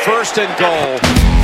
First and goal.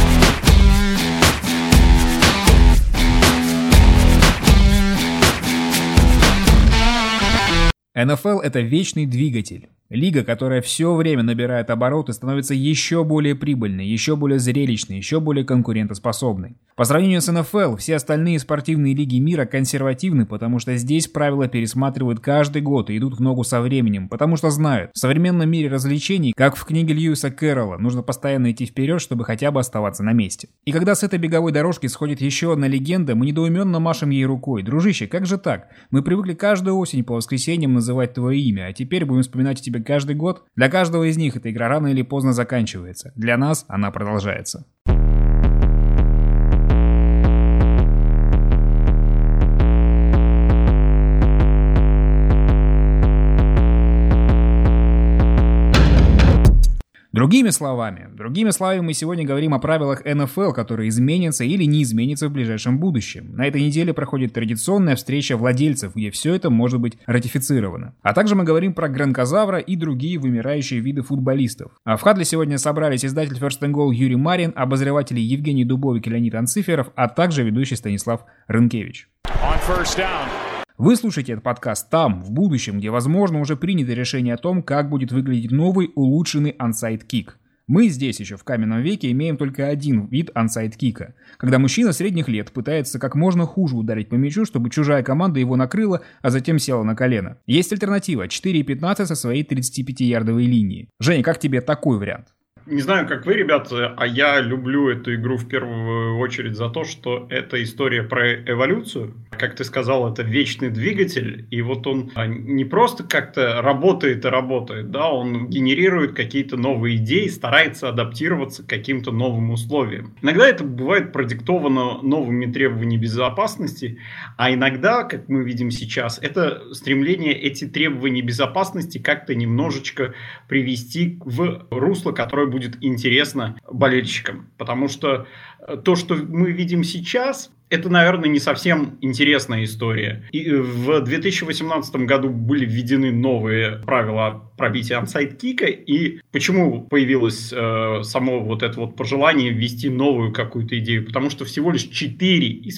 НФЛ – это вечный двигатель. Лига, которая все время набирает обороты, становится еще более прибыльной, еще более зрелищной, еще более конкурентоспособной. По сравнению с НФЛ, все остальные спортивные лиги мира консервативны, потому что здесь правила пересматривают каждый год и идут в ногу со временем, потому что знают, в современном мире развлечений, как в книге Льюиса Кэрролла, нужно постоянно идти вперед, чтобы хотя бы оставаться на месте. И когда с этой беговой дорожки сходит еще одна легенда, мы недоуменно машем ей рукой. Дружище, как же так? Мы привыкли каждую осень по воскресеньям называть твое имя, а теперь будем вспоминать о тебе каждый год? Для каждого из них эта игра рано или поздно заканчивается. Для нас она продолжается. Другими словами, мы сегодня говорим о правилах НФЛ, которые изменятся или не изменятся в ближайшем будущем. На этой неделе проходит традиционная встреча владельцев, где все это может быть ратифицировано. А также мы говорим про гранкозавра и другие вымирающие виды футболистов. А в Хадле сегодня собрались издатель First and Goal Юрий Марин, обозреватели Евгений Дубовик и Леонид Анциферов, а также ведущий Станислав Рынкевич. Вы слушаете этот подкаст там, в будущем, где, возможно, уже принято решение о том, как будет выглядеть новый улучшенный ансайд-кик. Мы здесь еще в каменном веке имеем только один вид ансайд-кика, когда мужчина средних лет пытается как можно хуже ударить по мячу, чтобы чужая команда его накрыла, а затем села на колено. Есть альтернатива – 4,15 со своей 35-ярдовой линии. Женя, как тебе такой вариант? Не знаю, как вы, ребята, а я люблю эту игру в первую очередь за то, что это история про эволюцию. Как ты сказал, это вечный двигатель, и вот он не просто как-то работает и работает, да, он генерирует какие-то новые идеи, старается адаптироваться к каким-то новым условиям. Иногда это бывает продиктовано новыми требованиями безопасности, а иногда, как мы видим сейчас, это стремление эти требования безопасности как-то немножечко привести в русло, которое будет интересно болельщикам. Потому что то, что мы видим сейчас, это, наверное, не совсем интересная история. И в 2018 году были введены новые правила пробития ансайд-кика. И почему появилось само вот это вот пожелание ввести новую какую-то идею? Потому что всего лишь 4 из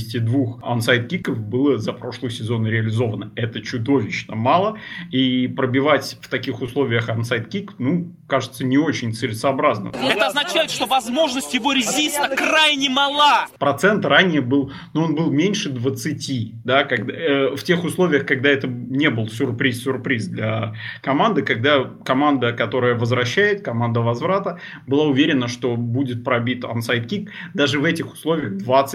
52 ансайд-киков было за прошлый сезон реализовано. Это чудовищно мало. И пробивать в таких условиях ансайд-кик, кажется, не очень целесообразно. Это означает, что возможность его резиста крайне мала. Процент ранее был меньше 20, да, в тех условиях, когда это не был сюрприз для команды, когда команда, которая возвращает, команда возврата, была уверена, что будет пробит ансайд-кик, даже в этих условиях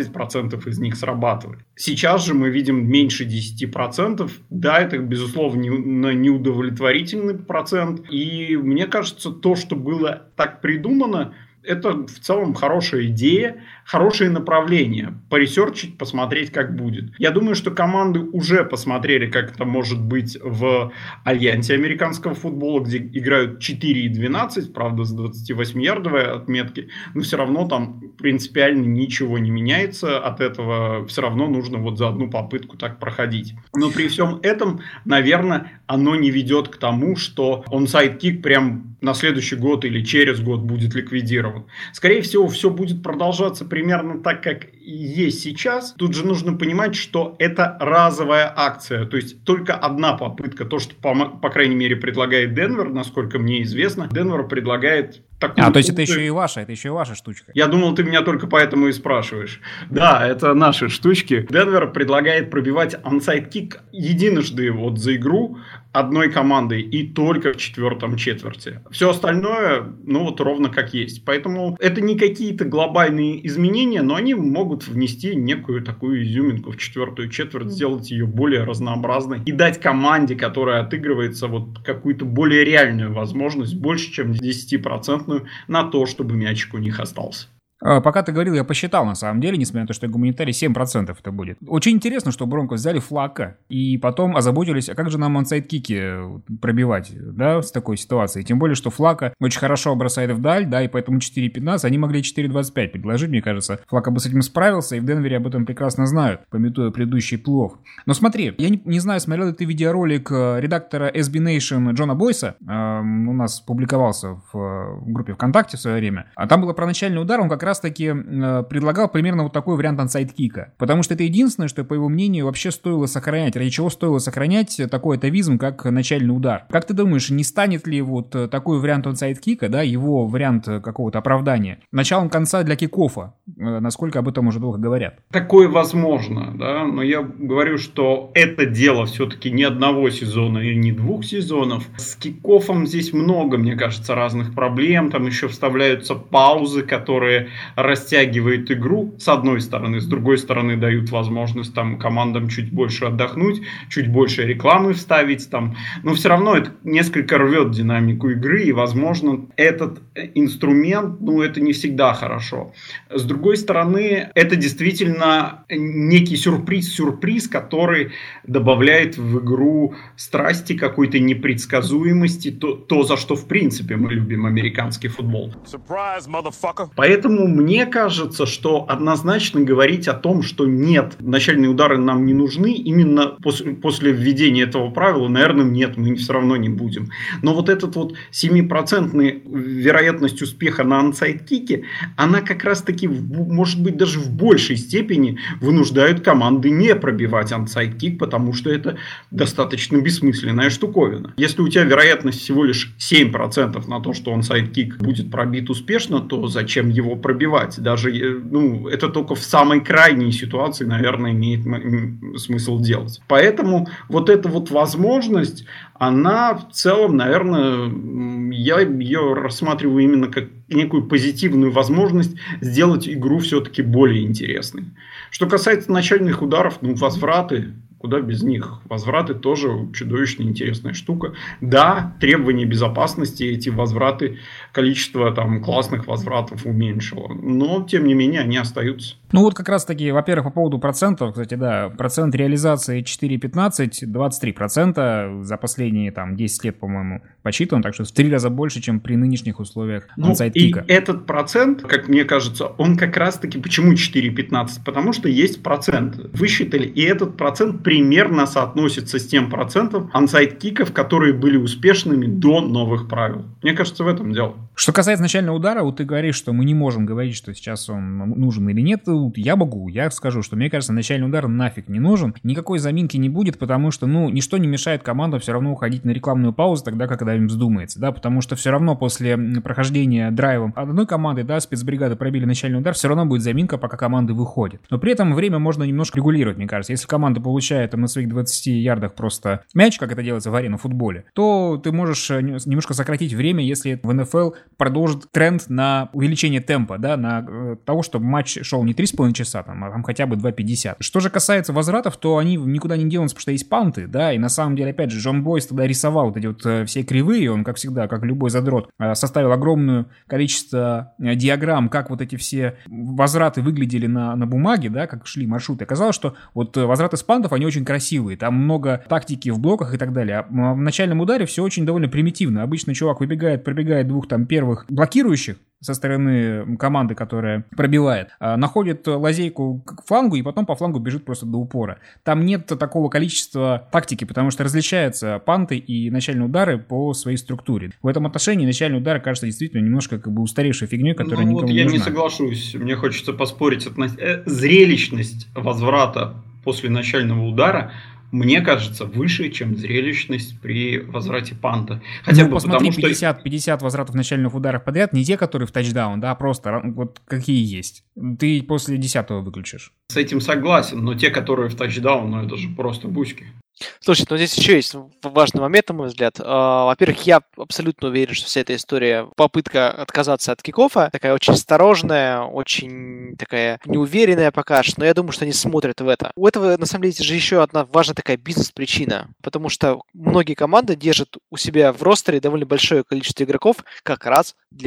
20% из них срабатывает. Сейчас же мы видим меньше 10%, да, это, безусловно, неудовлетворительный процент, и мне кажется, то, что было так придумано, это в целом хорошая идея, хорошее направление. Поресерчить, посмотреть, как будет. Я думаю, что команды уже посмотрели, как это может быть в альянсе американского футбола, где играют 4 и 12, правда, с 28-ярдовой отметки, но все равно там принципиально ничего не меняется. От этого все равно нужно вот за одну попытку так проходить. Но при всем этом, наверное, оно не ведет к тому, что онсайд-кик прям на следующий год или через год будет ликвидирован. Скорее всего, все будет продолжаться примерно так, как и есть сейчас. Тут же нужно понимать, что это разовая акция. То есть, только одна попытка. То, что, по крайней мере, предлагает Денвер, насколько мне известно. Денвер предлагает такую... то есть, это еще и ваша штучка. Я думал, ты меня только поэтому и спрашиваешь. Да, это наши штучки. Денвер предлагает пробивать ансайд-кик единожды вот за игру одной командой и только в четвертом четверти. Все остальное, ровно как есть. Поэтому это не какие-то глобальные изменения, но они могут внести некую такую изюминку в четвертую четверть, сделать ее более разнообразной и дать команде, которая отыгрывается, вот какую-то более реальную возможность, больше, чем 10% на то, чтобы мячик у них остался. Пока ты говорил, я посчитал на самом деле, несмотря на то, что я гуманитарий, 7% это будет. Очень интересно, что Бронкос взяли Флака и потом озаботились, а как же нам онсайд-кики пробивать, да, с такой ситуацией. Тем более, что Флака очень хорошо бросает вдаль, да, и поэтому 4.15, они могли 4.25 предложить, мне кажется. Флака бы с этим справился, и в Денвере об этом прекрасно знают, памятуя предыдущий плей-офф. Но смотри, я не знаю, смотрел ли ты видеоролик редактора SB Nation Джона Бойса, у нас публиковался в группе ВКонтакте в свое время, а там было про начальный удар, он как раз-таки предлагал примерно вот такой вариант ансайд-кика, потому что это единственное, что, по его мнению, вообще стоило сохранять, ради чего стоило сохранять такой атовизм, как начальный удар. Как ты думаешь, не станет ли вот такой вариант ансайд-кика, да, его вариант какого-то оправдания, началом конца для кикофа, насколько об этом уже долго говорят? Такое возможно, да, но я говорю, что это дело все-таки не одного сезона и не 2 сезонов. С кикофом здесь много, мне кажется, разных проблем, там еще вставляются паузы, которые растягивают игру, с одной стороны, с другой стороны дают возможность там командам чуть больше отдохнуть, чуть больше рекламы вставить там, но все равно это несколько рвет динамику игры, и, возможно, этот инструмент, это не всегда хорошо. С другой стороны, это действительно некий сюрприз, который добавляет в игру страсти, какой-то непредсказуемости, то, за что, в принципе, мы любим американский футбол. Surprise, motherfucker. Поэтому мне кажется, что однозначно говорить о том, что нет, начальные удары нам не нужны, именно после введения этого правила, наверное, нет, мы все равно не будем. Но вот этот вот 7% вероятность успеха на ансайд-кике, она как раз-таки, может быть, даже в большей степени вынуждает команды не пробивать ансайд-кик, потому что это достаточно бессмысленная штуковина. Если у тебя вероятность всего лишь 7% на то, что ансайд-кик будет пробит успешно, то зачем его пробивать? Даже, это только в самой крайней ситуации, наверное, имеет смысл делать. Поэтому вот эта вот возможность, она в целом, наверное, я ее рассматриваю именно как некую позитивную возможность сделать игру все-таки более интересной. Что касается начальных ударов, возвраты, куда без них. Возвраты тоже чудовищно интересная штука. Да, требования безопасности, эти возвраты, количество там классных возвратов уменьшило. Но, тем не менее, они остаются. Вот как раз таки, во-первых, по поводу процентов, кстати, да, процент реализации 4.15, 23% за последние там 10 лет, по-моему, посчитан, так что в 3 раза больше, чем при нынешних условиях ансайд-кика. И этот процент, как мне кажется, он как раз таки, почему 4.15? Потому что есть процент. Высчитали, и этот процент примерно соотносится с тем процентом ансайд-киков, которые были успешными до новых правил. Мне кажется, в этом дело. Что касается начального удара, вот ты говоришь, что мы не можем говорить, что сейчас он нужен или нет. Я скажу, что мне кажется, начальный удар нафиг не нужен. Никакой заминки не будет, потому что, ничто не мешает командам все равно уходить на рекламную паузу тогда, когда им вздумается, да, потому что все равно после прохождения драйвом одной команды, да, спецбригады пробили начальный удар, все равно будет заминка, пока команды выходят. Но при этом время можно немножко регулировать, мне кажется. Если команда получает на своих 20 ярдах просто мяч, как это делается в арене футболе, то ты можешь немножко сократить время, если в НФЛ продолжит тренд на увеличение темпа, да, на того, чтобы матч шел не 3,5 часа, а там хотя бы 2.50. Что же касается возвратов, то они никуда не денутся, потому что есть панты, да, и на самом деле, опять же, Джон Бойс тогда рисовал вот эти вот все кривые, он, как всегда, как любой задрот, составил огромное количество диаграмм, как вот эти все возвраты выглядели на бумаге, да, как шли маршруты. Оказалось, что вот возвраты с пантов, они очень красивые, там много тактики в блоках и так далее. А в начальном ударе все очень довольно примитивно. Обычно чувак выбегает, пробегает двух там первых блокирующих со стороны команды, которая пробивает, находит лазейку к флангу и потом по флангу бежит просто до упора. Там нет такого количества тактики, потому что различаются панты и начальные удары по своей структуре. В этом отношении начальный удар кажется действительно немножко устаревшей фигней, которая никому не нужна. Я не соглашусь. Мне хочется поспорить. Зрелищность возврата после начального удара, мне кажется, выше, чем зрелищность при возврате панта. Хотя бы посмотри, потому, что 50 возвратов начальных ударов подряд, не те, которые в тачдаун, да, просто вот какие есть. Ты после 10-го выключишь. С этим согласен, но те, которые в тачдаун, это же просто бучки. Слушай, здесь еще есть важный момент, на мой взгляд. Во-первых, я абсолютно уверен, что вся эта история, попытка отказаться от кикоффа, такая очень осторожная, очень такая неуверенная пока что, но я думаю, что они смотрят в это. У этого, на самом деле, же еще одна важная такая бизнес-причина, потому что многие команды держат у себя в ростере довольно большое количество игроков как раз для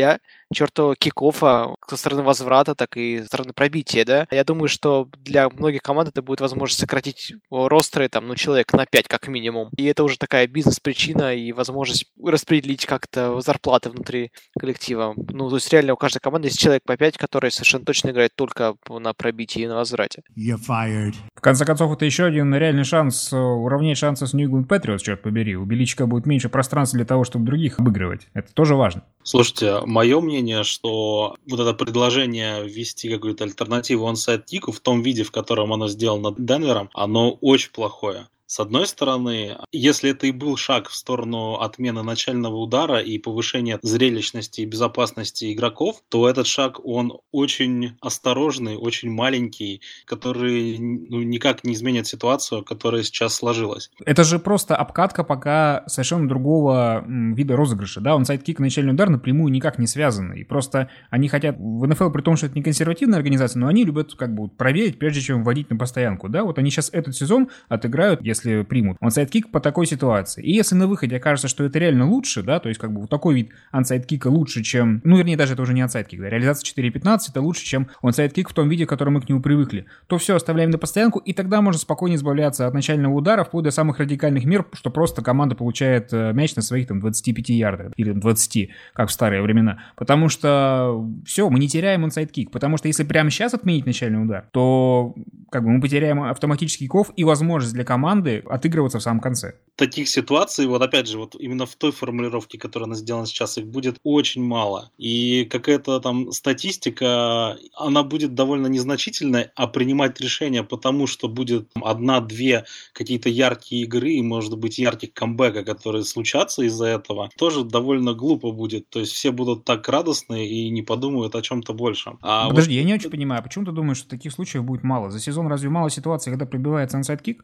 чертового кик-оффа со стороны возврата, так и со стороны пробития, да. Я думаю, что для многих команд это будет возможность сократить ростеры, там, ну, человек на 5 как минимум. И это уже такая бизнес-причина и возможность распределить как-то зарплаты внутри коллектива. Ну, то есть реально у каждой команды есть человек по 5, который совершенно точно играет только на пробитии и на возврате. В конце концов, это еще один реальный шанс уравнять шансы с New England Patriots, черт побери. У Беличика будет меньше пространства для того, чтобы других обыгрывать. Это тоже важно. Слушайте, мое мнение, что вот это предложение ввести какую-то альтернативу онсайд-кику в том виде, в котором оно сделано Денвером, оно очень плохое. С одной стороны, если это и был шаг в сторону отмены начального удара и повышения зрелищности и безопасности игроков, то этот шаг, он очень осторожный, очень маленький, который никак не изменит ситуацию, которая сейчас сложилась. Это же просто обкатка пока совершенно другого вида розыгрыша. Да, онсайд-кик и начальный удар напрямую никак не связаны. И просто они хотят в НФЛ, при том, что это не консервативная организация, но они любят как бы проверить, прежде чем вводить на постоянку. Да, вот они сейчас этот сезон отыграют, если примут онсайд-кик по такой ситуации. И если на выходе окажется, что это реально лучше, да, то есть как бы вот такой вид онсайд-кика лучше, чем, ну, вернее, даже это уже не онсайд-кик, да, реализация 4.15 это лучше, чем онсайд-кик в том виде, в котором мы к нему привыкли, то все, оставляем на постоянку, и тогда можно спокойно избавляться от начального удара, вплоть до самых радикальных мер, что просто команда получает мяч на своих там 25 ярдах, или 20, как в старые времена. Потому что все, мы не теряем онсайд-кик, потому что если прямо сейчас отменить начальный удар, то как бы мы потеряем автоматический киков и возможность для команды отыгрываться в самом конце. Таких ситуаций, вот опять же, вот именно в той формулировке, которая она сделана сейчас, их будет очень мало. И какая-то там статистика, она будет довольно незначительной, а принимать решения потому, что будет одна-две какие-то яркие игры и, может быть, ярких камбэка, которые случатся из-за этого, тоже довольно глупо будет. То есть все будут так радостны и не подумают о чем-то большем. Подожди, я не очень понимаю, почему ты думаешь, что таких случаев будет мало? За сезон разве мало ситуаций, когда пробивается онсайд-кик?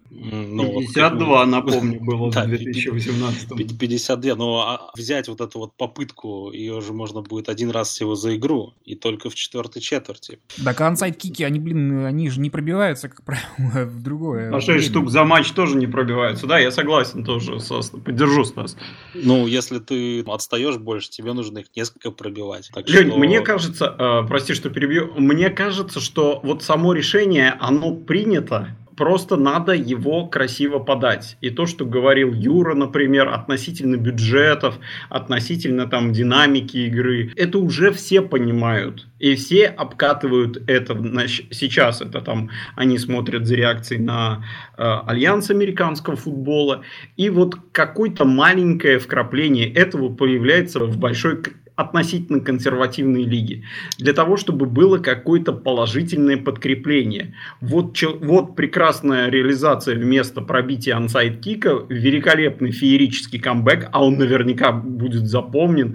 52, напомню, было в 2018. 52, но взять вот эту вот попытку, ее же можно будет один раз всего за игру, и только в четвертой четверти. Так онсайд-кики, они же не пробиваются, как правило, в другое. А 6 штук за матч тоже не пробиваются, да, я согласен тоже, поддержу Стас. Ну, если ты отстаешь больше, тебе нужно их несколько пробивать. Так Лень, что... мне кажется, прости, что перебью, мне кажется, что вот само решение, оно принято, просто надо его красиво подать. И то, что говорил Юра, например, относительно бюджетов, относительно там динамики игры, это уже все понимают. И все обкатывают это сейчас. Это там они смотрят за реакцией на альянс американского футбола. И вот какое-то маленькое вкрапление этого появляется в большой относительно консервативной лиги, для того, чтобы было какое-то положительное подкрепление. Вот прекрасная реализация вместо пробития онсайд-кика, великолепный феерический камбэк, а он наверняка будет запомнен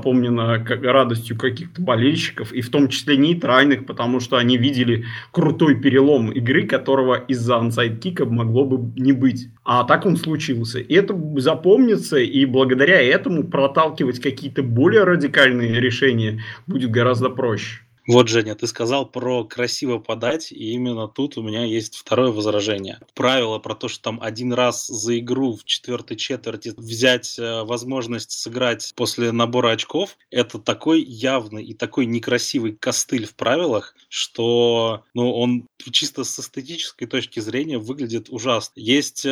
радостью каких-то болельщиков, и в том числе нейтральных, потому что они видели крутой перелом игры, которого из-за онсайд-кика могло бы не быть. А так он случился. И это запомнится, и благодаря этому проталкивать какие-то более радикальные решения будет гораздо проще. Вот, Женя, ты сказал про красиво подать, и именно тут у меня есть второе возражение. Правило про то, что там один раз за игру в четвертой четверти взять возможность сыграть после набора очков, это такой явный и такой некрасивый костыль в правилах, что он чисто с эстетической точки зрения выглядит ужасно. Есть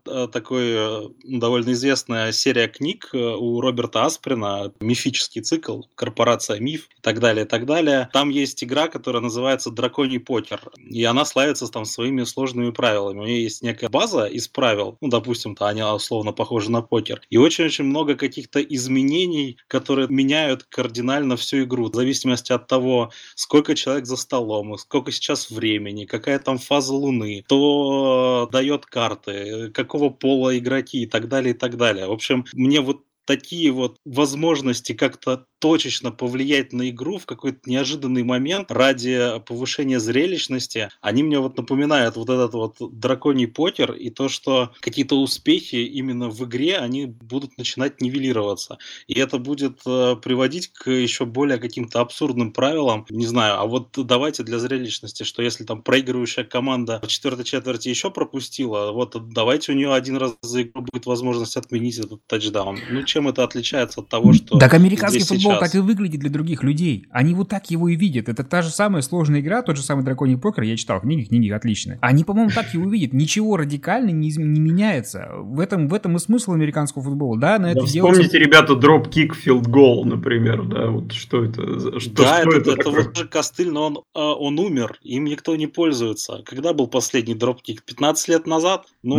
такой довольно известная серия книг у Роберта Асприна, мифический цикл, корпорация Миф и так далее, и так далее. Там есть игра, которая называется «Драконий покер», и она славится там своими сложными правилами. У нее есть некая база из правил, допустим, она условно похожа на покер, и очень-очень много каких-то изменений, которые меняют кардинально всю игру, в зависимости от того, сколько человек за столом, сколько сейчас времени, какая там фаза Луны, кто дает карты, какого пола игроки и так далее, и так далее. В общем, мне вот такие вот возможности как-то точечно повлиять на игру в какой-то неожиданный момент ради повышения зрелищности, они мне вот напоминают вот этот вот драконий покер и то, что какие-то успехи именно в игре, они будут начинать нивелироваться. И это будет приводить к еще более каким-то абсурдным правилам. Не знаю, а вот давайте для зрелищности, что если там проигрывающая команда в четвертой четверти еще пропустила, вот давайте у нее один раз за игру будет возможность отменить этот тачдаун. чем это отличается от того, что... Так американский здесь футбол сейчас? так и выглядит для других людей. Они вот так его и видят. Это та же самая сложная игра, тот же самый драконий покер, я читал книги отличные. Они, по-моему, так его видят. Ничего радикально не меняется. В этом и смысл американского футбола. Да, на это вспомните, ребята, дроп-кик, филд-гол, например, да, вот что это? Что это вот же костыль, но он умер, им никто не пользуется. Когда был последний дроп-кик? 15 лет назад? До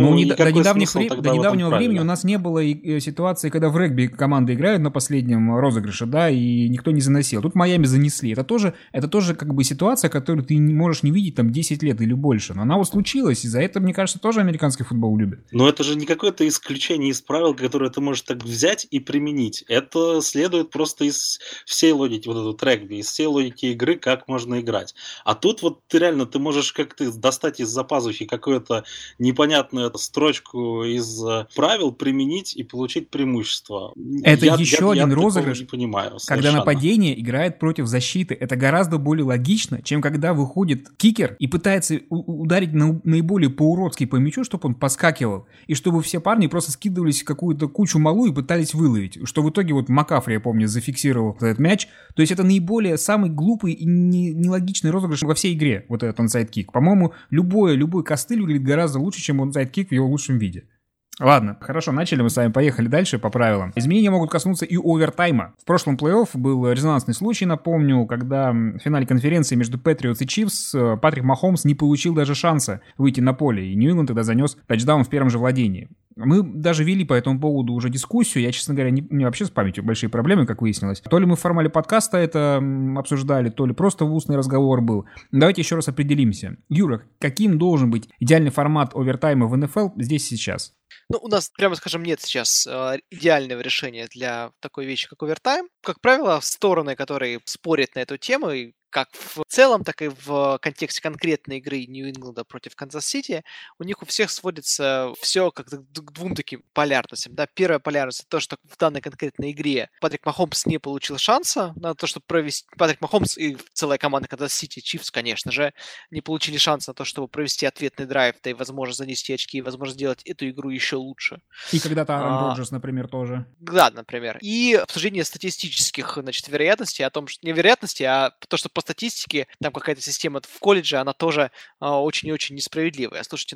недавнего времени у нас не было ситуации, когда в регби команды играют на последнем розыгрыше, да, и никто не заносил. Тут Майами занесли. Это тоже как бы ситуация, которую ты не можешь не видеть там 10 лет или больше. Но она вот случилась, и за это, мне кажется, тоже американский футбол любят. Но это же не какое-то исключение из правил, которое ты можешь так взять и применить. Это следует просто из всей логики, вот этот регби, из всей логики игры, как можно играть. А тут вот ты можешь как-то достать из-за пазухи какую-то непонятную строчку из правил, применить и получить преимущество. Это еще один розыгрыш, не понимаю, когда нападение играет против защиты. Это гораздо более логично, чем когда выходит кикер и пытается ударить наиболее по-уродски по мячу, чтобы он поскакивал, и чтобы все парни просто скидывались в какую-то кучу малу и пытались выловить. Что в итоге вот Макафри, я помню, зафиксировал этот мяч. То есть это наиболее самый глупый и нелогичный розыгрыш во всей игре, вот этот онсайд-кик. По-моему, любой костыль выглядит гораздо лучше, чем онсайд-кик в его лучшем виде. Ладно, хорошо, начали мы с вами, поехали дальше по правилам. Изменения могут коснуться и овертайма. В прошлом плей-офф был резонансный случай, напомню, когда в финале конференции между Патриотс и Чифс Патрик Махомс не получил даже шанса выйти на поле, и Нью-Ингланд тогда занес тачдаун в первом же владении. Мы даже вели по этому поводу уже дискуссию. Я, честно говоря, не вообще с памятью большие проблемы, как выяснилось. То ли мы в формале подкаста это обсуждали, то ли просто устный разговор был. Давайте еще раз определимся. Юра, каким должен быть идеальный формат овертайма в НФЛ здесь и сейчас? Ну, у нас, прямо скажем, нет сейчас идеального решения для такой вещи, как овертайм. Как правило, стороны, которые спорят на эту тему, и как в целом, так и в контексте конкретной игры Нью-Ингланда против Канзас-Сити, у них у всех сводится все как к двум таким полярностям. Да? Первая полярность — это то, что в данной конкретной игре Патрик Махомс не получил шанса на то, чтобы провести... Патрик Махомс и целая команда Канзас-Сити, Чифс, конечно же, не получили шанса на то, чтобы провести ответный драйв, да и, возможно, занести очки, и, возможно, сделать эту игру еще лучше. И когда-то Аарон Роджерс, например, тоже. Да, например. И обсуждение статистических, вероятностей о том, что... Не вероятности, а то, что по статистике там какая-то система в колледже, она тоже очень и очень несправедливая. Слушайте,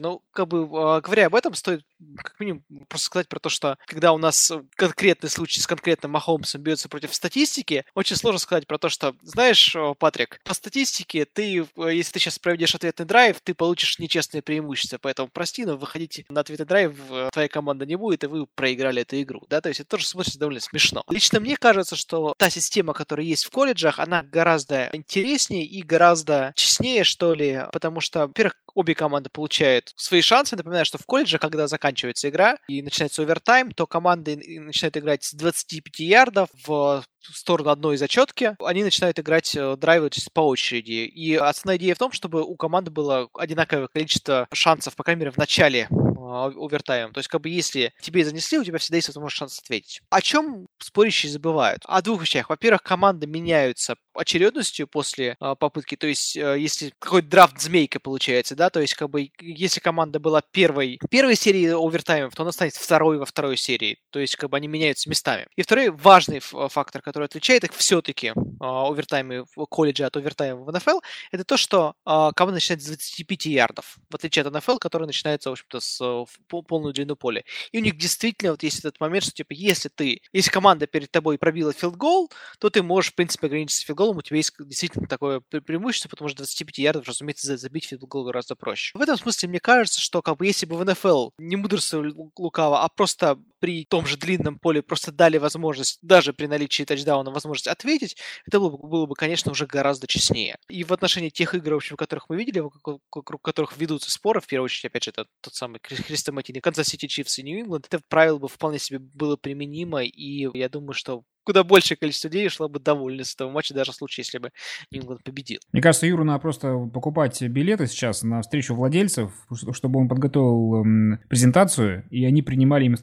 говоря об этом, стоит как минимум просто сказать про то, что когда у нас конкретный случай с конкретным Махомсом бьется против статистики, очень сложно сказать про то, что, знаешь, Патрик, по статистике если ты сейчас проведешь ответный драйв, ты получишь нечестное преимущество, поэтому прости, но выходить на ответный драйв твоя команда не будет, и вы проиграли эту игру, да, то есть это тоже смотрится довольно смешно. Лично мне кажется, что та система, которая есть в колледжах, она гораздо интереснее и гораздо честнее, что ли, потому что, во-первых, обе команды получают свои шансы. Напоминаю, что в колледже, когда заканчивается игра и начинается овертайм, то команды начинают играть с 25 ярдов в сторону одной зачетки. Они начинают играть драйвы по очереди. И основная идея в том, чтобы у команды было одинаковое количество шансов, по крайней мере, в начале овертайма. То есть, если тебе занесли, у тебя всегда есть возможность шанс ответить. О чем спорящие забывают? О двух вещах. Во-первых, команды меняются очередностью после попытки. То есть, если какой-то драфт змейка получается, да, то есть, если команда была первой серии овертаймов, то она станет второй во второй серии. То есть, они меняются местами. И второй важный фактор, который отличает их все-таки овертаймы в колледже от овертайма в НФЛ, это то, что команда начинает с 25 ярдов, в отличие от НФЛ, который начинается, в общем-то, с полную длину поля. И у них действительно есть этот момент, что если команда перед тобой пробила филд-гол, то ты можешь, в принципе, ограничиться филд-голом, у тебя есть действительно такое преимущество, потому что 25 ярдов, разумеется, забить филд-гол гораздо проще. В этом смысле мне кажется, что если бы в НФЛ не мудрствовали лукаво, а просто при том же длинном поле просто дали возможность, даже при наличии тачдауна, возможность ответить, это было бы, конечно, уже гораздо честнее. И в отношении тех игр, в общем, которых мы видели, вокруг которых ведутся споры, в первую очередь, опять же, это тот самый хрестоматийный Канзас-Сити Чифс и Нью-Ингланд, это правило бы вполне себе было применимо, и я думаю, что куда большее количество людей шло бы довольны с этого матча, даже в случае, если бы Нью-Ингланд победил. Мне кажется, Юру надо просто покупать билеты сейчас на встречу владельцев, чтобы он подготовил презентацию, и они принимали именно в таком объеме.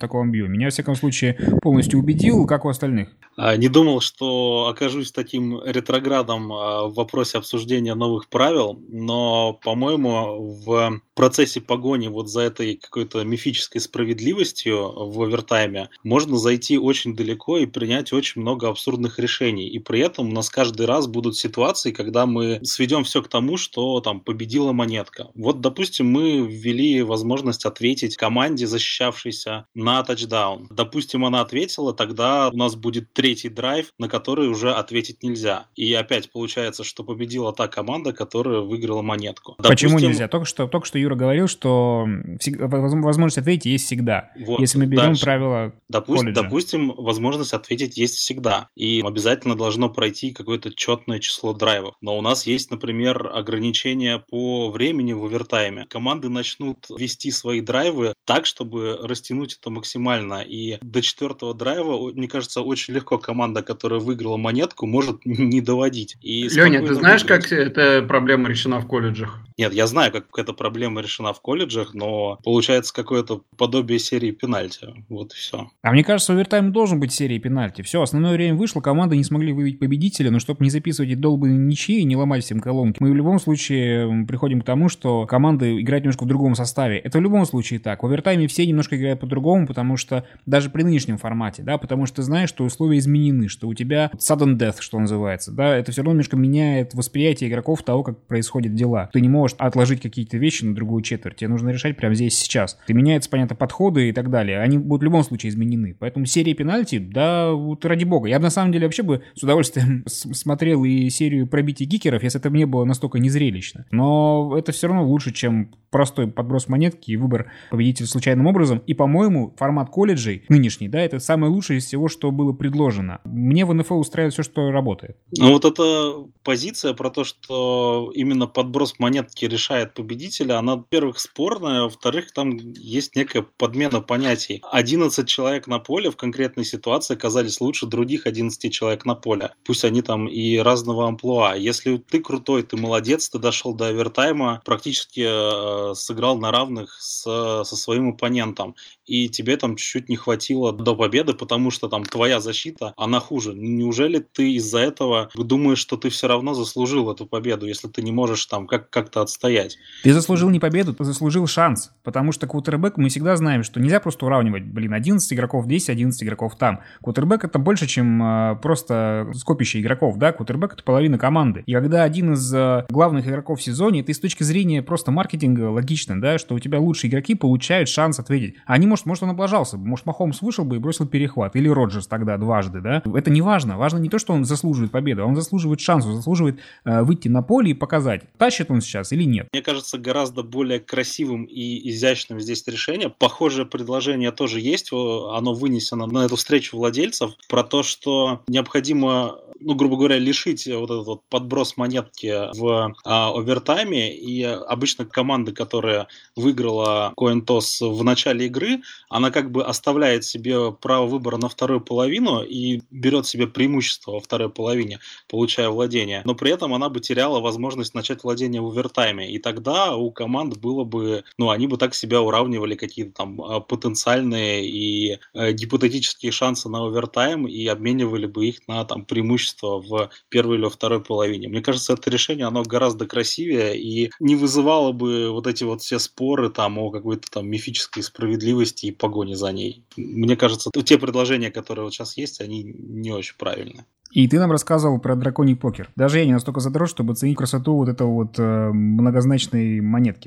Меня, во всяком случае, полностью убедил, как у остальных. Не думал, что окажусь таким ретроградом в вопросе обсуждения новых правил, но, по-моему, в процессе погони вот за этой какой-то мифической справедливостью в овертайме можно зайти очень далеко и принять очень много абсурдных решений. И при этом у нас каждый раз будут ситуации, когда мы сведем все к тому, что там победила монетка. Вот, допустим, мы ввели возможность ответить команде, защищавшейся на тачдаун. Допустим, она ответила, тогда у нас будет третий драйв, на который уже ответить нельзя. И опять получается, что победила та команда, которая выиграла монетку. Почему нельзя? Только что Юра говорил, что возможность ответить есть всегда. Вот, если мы берем правила колледжа. Допустим, возможность ответить есть всегда. И обязательно должно пройти какое-то четное число драйвов. Но у нас есть, например, ограничения по времени в овертайме. Команды начнут вести свои драйвы так, чтобы растянуть это максимально. И до 4-го драйва, мне кажется, очень легко команда, которая выиграла монетку, может не доводить. Леня, ты знаешь, как эта проблема решена в колледжах? Нет, я знаю, как эта проблема решена в колледжах, но получается какое-то подобие серии пенальти. Вот и все. А мне кажется, овертайм должен быть серией пенальти. Все, основное время вышло, команды не смогли выявить победителя, но чтобы не записывать эти долбанные ничьи и не ломать всем колонки, мы в любом случае приходим к тому, что команды играют немножко в другом составе. Это в любом случае так. В овертайме все немножко играют по-другому, потому что даже при нынешнем формате, да, потому что ты знаешь, что условия изменены, что у тебя sudden death, что называется, да, это все равно немножко меняет восприятие игроков того, как происходят дела. Ты не можешь отложить какие-то вещи на другую четверть, тебе нужно решать прямо здесь сейчас. Ты меняются, понятно, подходы и так далее, они будут в любом случае изменены. Поэтому серия пенальти, да, вот ради бога. Я бы на самом деле вообще бы с удовольствием смотрел и серию пробитий кикеров, если это не было настолько незрелищно. Но это все равно лучше, чем простой подброс монетки и выбор победителя случайным образом. И, по-моему, формат колледжей нынешний, да, это самое лучшее из всего, что было предложено. Мне в НФЛ устраивает все, что работает. Ну вот эта позиция про то, что именно подброс монетки решает победителя, она, во-первых, спорная, во-вторых, там есть некая подмена понятий. 11 человек на поле в конкретной ситуации оказались лучше других 11 человек на поле. Пусть они там и разного амплуа. Если ты крутой, ты молодец, ты дошел до овертайма, практически сыграл на равных со своим оппонентом, и тебе там чуть-чуть не хватило до победы, потому что там твоя защита, она хуже. Неужели ты из-за этого думаешь, что ты все равно заслужил эту победу, если ты не можешь там как-то отстоять? Ты заслужил не победу, ты заслужил шанс, потому что квотербэк, мы всегда знаем, что нельзя просто уравнивать, 11 игроков здесь, 11 игроков там. Квотербэк — это больше, чем просто скопище игроков, да, квотербэк — это половина команды. И когда один из главных игроков в сезоне, ты с точки зрения просто маркетинга логично, да, что у тебя лучшие игроки получают шанс ответить. А они, может, он облажался бы, может, Махомс вышел бы и бросил перехват, или Роджерс тогда дважды, да. Это не важно. Важно не то, что он заслуживает победу, а он заслуживает шанс, он заслуживает выйти на поле и показать, тащит он сейчас или нет. Мне кажется, гораздо более красивым и изящным здесь решение. Похожее предложение тоже есть, оно вынесено на эту встречу владельцев, про то, что необходимо, грубо говоря, лишить вот этот вот подброс монетки в овертайме, и обычно команда, которая выиграла коин-тосс в начале игры, она как бы оставляет себе право выбора на вторую половину и берет себе преимущество во второй половине, получая владение. Но при этом она бы теряла возможность начать владение в овертайме. И тогда у команд было бы, они бы так себя уравнивали, какие-то там потенциальные и гипотетические шансы на овертайм, и обменивали бы их на там преимущество в первой или второй половине. Мне кажется, это решение, оно гораздо красивее и не вызывало бы вот эти вот все споры там о какой-то там мифической справедливости и погоне за ней. Мне кажется, те предложения, которые вот сейчас есть, они не очень правильные. И ты нам рассказывал про драконий покер. Даже я не настолько задрот, чтобы оценить красоту вот этого вот многозначной монетки.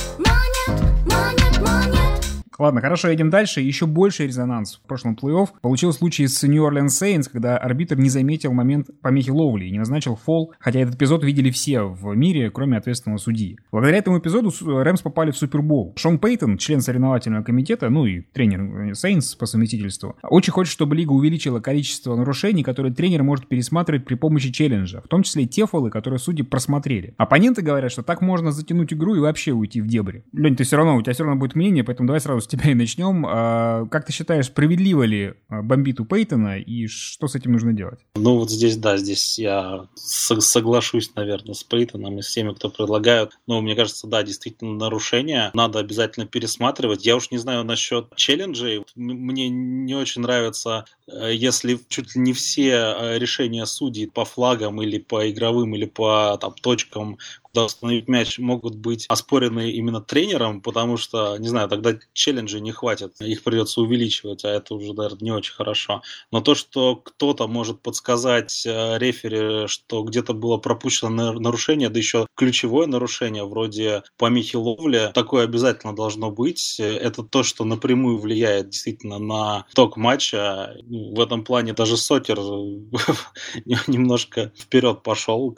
Ладно, хорошо, едем дальше. Еще больший резонанс в прошлом плей-офф получил случай с New Orleans Saints, когда арбитр не заметил момент помехи Ловли и не назначил фол, хотя этот эпизод видели все в мире, кроме ответственного судьи. Благодаря этому эпизоду Рэмс попали в Супербол. Шон Пейтон, член соревновательного комитета, и тренер Saints по совместительству, очень хочет, чтобы лига увеличила количество нарушений, которые тренер может пересматривать при помощи челленджа, в том числе и те фолы, которые судьи просмотрели. Оппоненты говорят, что так можно затянуть игру и вообще уйти в дебри. Лень, у тебя все равно будет мнение, поэтому давай сразу с тебя и начнем. Как ты считаешь, справедливо ли бомбить у Пейтона и что с этим нужно делать? Ну вот здесь я соглашусь, наверное, с Пейтоном и с теми, кто предлагают. Но мне кажется, да, действительно нарушение. Надо обязательно пересматривать. Я уж не знаю насчет челленджей. Мне не очень нравится, если чуть ли не все решения судей по флагам или по игровым, или по там, точкам, куда установить мяч, могут быть оспорены именно тренером, потому что, не знаю, тогда челленджей не хватит, их придется увеличивать, а это уже, наверное, не очень хорошо. Но то, что кто-то может подсказать рефери, что где-то было пропущено нарушение, да еще ключевое нарушение, вроде помехи ловли, такое обязательно должно быть. Это то, что напрямую влияет действительно на итог матча. В этом плане даже Сокер немножко вперед пошел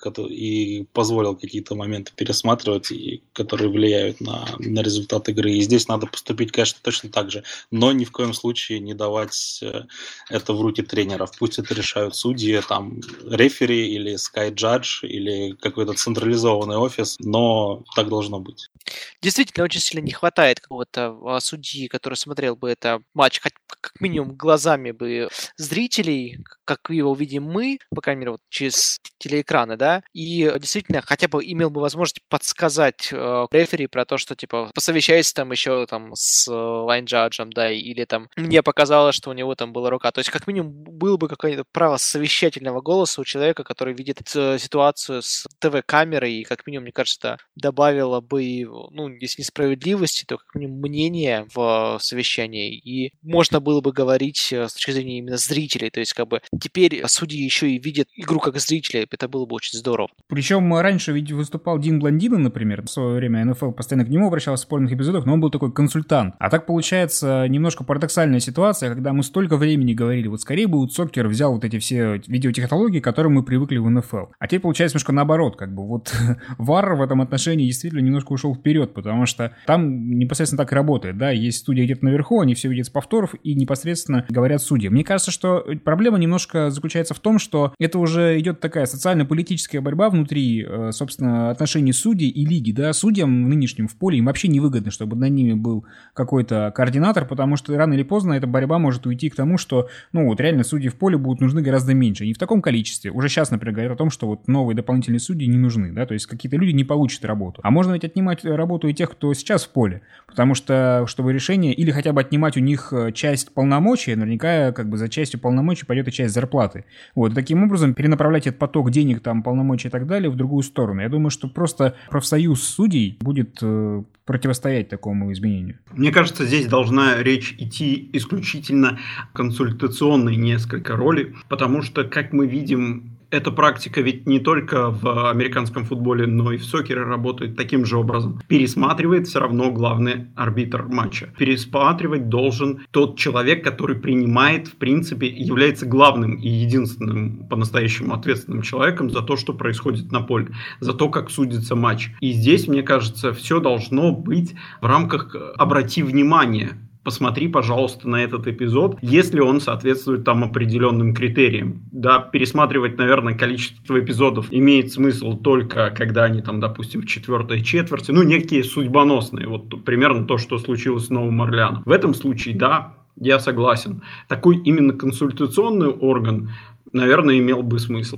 и позволил какие-то моменты пересматривать, которые влияют на результат игры. И здесь надо поступить, конечно, точно так же. Но ни в коем случае не давать это в руки тренеров. Пусть это решают судьи, там, рефери или Sky Judge, или какой-то централизованный офис, но так должно быть. Действительно, очень сильно не хватает какого-то судьи, который смотрел бы это матч как минимум глазами бы зрителей, как его видим мы, по крайней мере, вот через телеэкраны, да, и действительно хотя бы имел бы возможность подсказать рефери про то, что, типа, посовещайся там еще там с лайн-джаджем, да, или там мне показалось, что у него там была рука. То есть как минимум было бы какое-то право совещательного голоса у человека, который видит ситуацию с ТВ-камерой, и как минимум, мне кажется, это добавило бы, ну, если не справедливости, то как минимум мнение в совещании, и можно было бы говорить с точки зрения именно зрителей, то есть как бы теперь судьи еще и видят игру как зрители, это было бы очень здорово. Причем раньше ведь выступал Дин Блондина, например, в свое время НФЛ постоянно к нему обращался в спорных эпизодах, но он был такой консультант. А так получается немножко парадоксальная ситуация, когда мы столько времени говорили, вот скорее бы Цокер взял вот эти все видеотехнологии, к которым мы привыкли в НФЛ. А теперь получается немножко наоборот, как бы вот ВАР в этом отношении действительно немножко ушел вперед, потому что там непосредственно так и работает, да, есть студия где-то наверху, они все видят с повторов и непосредственно говорят судьи. Мне кажется, что проблема немножко заключается в том, что это уже идет такая социально-политическая борьба внутри, собственно, отношений судей и лиги, да, судьям нынешним в поле им вообще невыгодно, чтобы над ними был какой-то координатор, потому что рано или поздно эта борьба может уйти к тому, что, ну, вот реально судьи в поле будут нужны гораздо меньше, не в таком количестве. Уже сейчас, например, говорят о том, что вот новые дополнительные судьи не нужны, да, то есть какие-то люди не получат работу. А можно ведь отнимать работу и тех, кто сейчас в поле, потому что, чтобы решение, или хотя бы отнимать у них часть полномочий, наверняка как бы за частью полномочий пойдет и часть зарплаты. Вот, и таким образом перенаправлять этот поток денег, там, полномочий и так далее в другую сторону. Я думаю, что просто профсоюз судей будет противостоять такому изменению. Мне кажется, здесь должна речь идти исключительно консультационной несколько роли, потому что, как мы видим, эта практика ведь не только в американском футболе, но и в сокере работает таким же образом. Пересматривает все равно главный арбитр матча. Пересматривать должен тот человек, который принимает, в принципе, является главным и единственным по-настоящему ответственным человеком за то, что происходит на поле, за то, как судится матч. И здесь, мне кажется, все должно быть в рамках «обрати внимание». Посмотри, пожалуйста, на этот эпизод, если он соответствует там определенным критериям. Да, пересматривать, наверное, количество эпизодов имеет смысл только когда они там, допустим, в четвертой четверти, ну, некие судьбоносные, вот примерно то, что случилось с Новым Орлеаном. В этом случае, да, я согласен. Такой именно консультационный орган, наверное, имел бы смысл.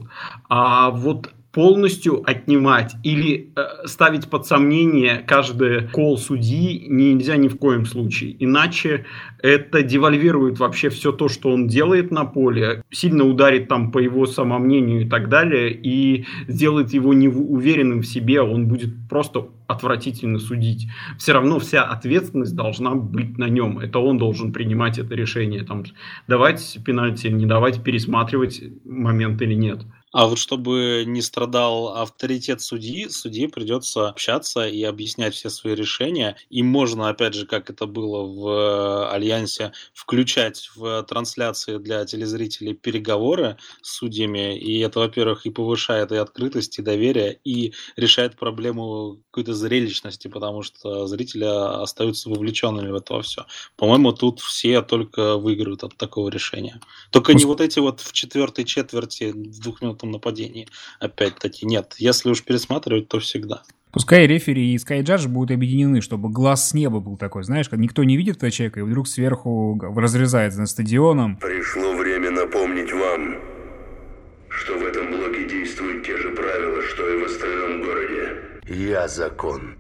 А вот полностью отнимать или ставить под сомнение каждый кол судьи нельзя ни в коем случае. Иначе это девальвирует вообще все то, что он делает на поле, сильно ударит там по его самомнению и так далее, и сделает его неуверенным в себе, он будет просто отвратительно судить. Все равно вся ответственность должна быть на нем. Это он должен принимать это решение. Там, давать пенальти, не давать, пересматривать момент или нет. А вот чтобы не страдал авторитет судье придется общаться и объяснять все свои решения. И можно, опять же, как это было в Альянсе, включать в трансляции для телезрителей переговоры с судьями. И это, во-первых, и повышает и открытость, и доверие, и решает проблему какой-то зрелищности, потому что зрители остаются вовлеченными в это все. По-моему, тут все только выиграют от такого решения. Только не вот эти вот в четвертой четверти в 2 минутном нападении. Опять-таки, нет. Если уж пересматривать, то всегда. Пускай рефери и SkyJudge будут объединены, чтобы глаз с неба был такой, знаешь, как никто не видит этого человека, и вдруг сверху разрезается над стадионом. Пришло время напомнить вам, что в этом блоке действуют те же правила, что и в остальном городе. Я закон.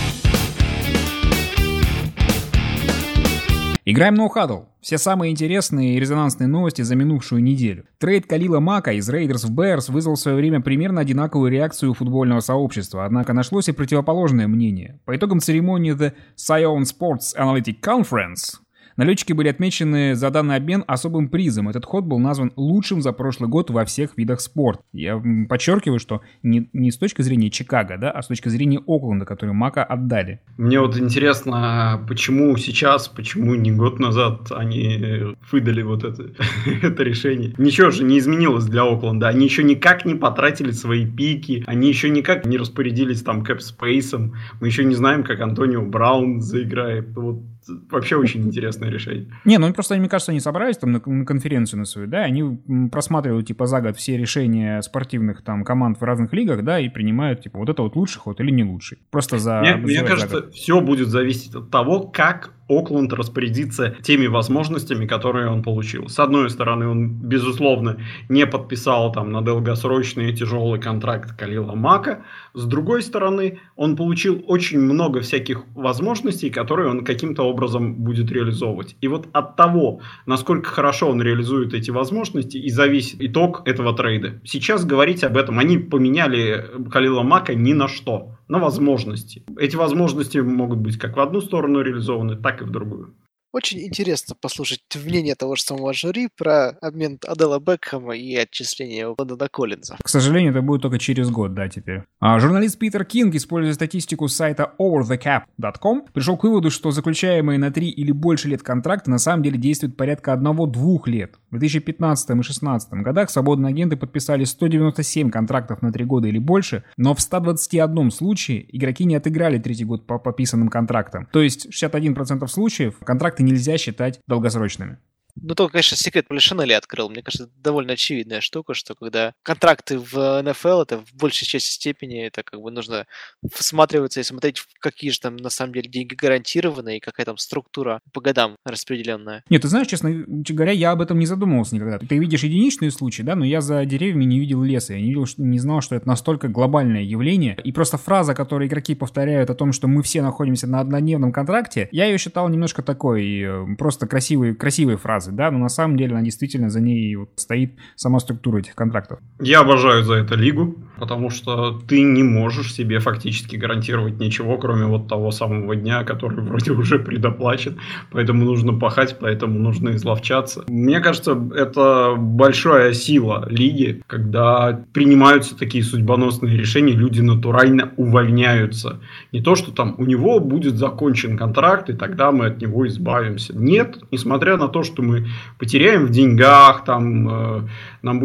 Играем No Huddle. Все самые интересные и резонансные новости за минувшую неделю. Трейд Калила Мака из Рейдерс в Берс вызвал в свое время примерно одинаковую реакцию у футбольного сообщества, однако нашлось и противоположное мнение. По итогам церемонии The Sion Sports Analytic Conference налетчики были отмечены за данный обмен особым призом. Этот ход был назван лучшим за прошлый год во всех видах спорта. Я подчеркиваю, что не с точки зрения Чикаго, да, а с точки зрения Окленда, который Мака отдали. Мне вот интересно, почему сейчас, почему не год назад они выдали вот это решение. Ничего же не изменилось для Окленда. Они еще никак не потратили свои пики, они еще никак не распорядились там кэп-спейсом. Мы еще не знаем, как Антонио Браун заиграет. Вот вообще очень интересное решение. Не, ну просто, мне кажется, они собрались там на конференцию на свою, да, они просматривают, типа, за год все решения спортивных там команд в разных лигах, да, и принимают, типа, вот это вот лучший ход или не лучший. Просто Мне кажется, все будет зависеть от того, как Окленд распорядится теми возможностями, которые он получил. С одной стороны, он, безусловно, не подписал там на долгосрочный и тяжелый контракт Калила Мака. С другой стороны, он получил очень много всяких возможностей, которые он каким-то образом будет реализовывать. И вот от того, насколько хорошо он реализует эти возможности, и зависит итог этого трейда. Сейчас говорить об этом, они поменяли Калила Мака ни на что. На возможности. Эти возможности могут быть как в одну сторону реализованы, так и в другую. Очень интересно послушать мнение того же самого жюри про обмен Адела Бекхэма и отчисление Лондона Коллинза. К сожалению, это будет только через год, да, теперь. Журналист Питер Кинг, используя статистику с сайта overthecap.com, пришел к выводу, что заключаемые на 3 или больше лет контракты на самом деле действуют порядка 1-2 лет. В 2015 и 2016 годах свободные агенты подписали 197 контрактов на 3 года или больше, но в 121 случае игроки не отыграли третий год по подписанным контрактам. То есть 61% случаев контракты нельзя считать долгосрочными. Ну, только, конечно, секрет Полишинеля открыл. Мне кажется, это довольно очевидная штука, что когда контракты в НФЛ, это в большей части степени, это как бы нужно всматриваться и смотреть, какие же там на самом деле деньги гарантированы и какая там структура по годам распределенная. Нет, ты знаешь, честно говоря, я об этом не задумывался никогда. Ты видишь единичные случаи, да, но я за деревьями не видел леса. Я не знал, что это настолько глобальное явление. И просто фраза, которую игроки повторяют о том, что мы все находимся на однодневном контракте, я ее считал немножко такой, просто красивой фразой. Да, но на самом деле она действительно за ней вот стоит сама структура этих контрактов. Я обожаю за это лигу, потому что ты не можешь себе фактически гарантировать ничего, кроме вот того самого дня, который вроде уже предоплачен, поэтому нужно пахать, поэтому нужно изловчаться. Мне кажется, это большая сила лиги, когда принимаются такие судьбоносные решения, люди натурально увольняются. Не то, что там у него будет закончен контракт, и тогда мы от него избавимся. Нет, несмотря на то, что мы потеряем в деньгах, там, нам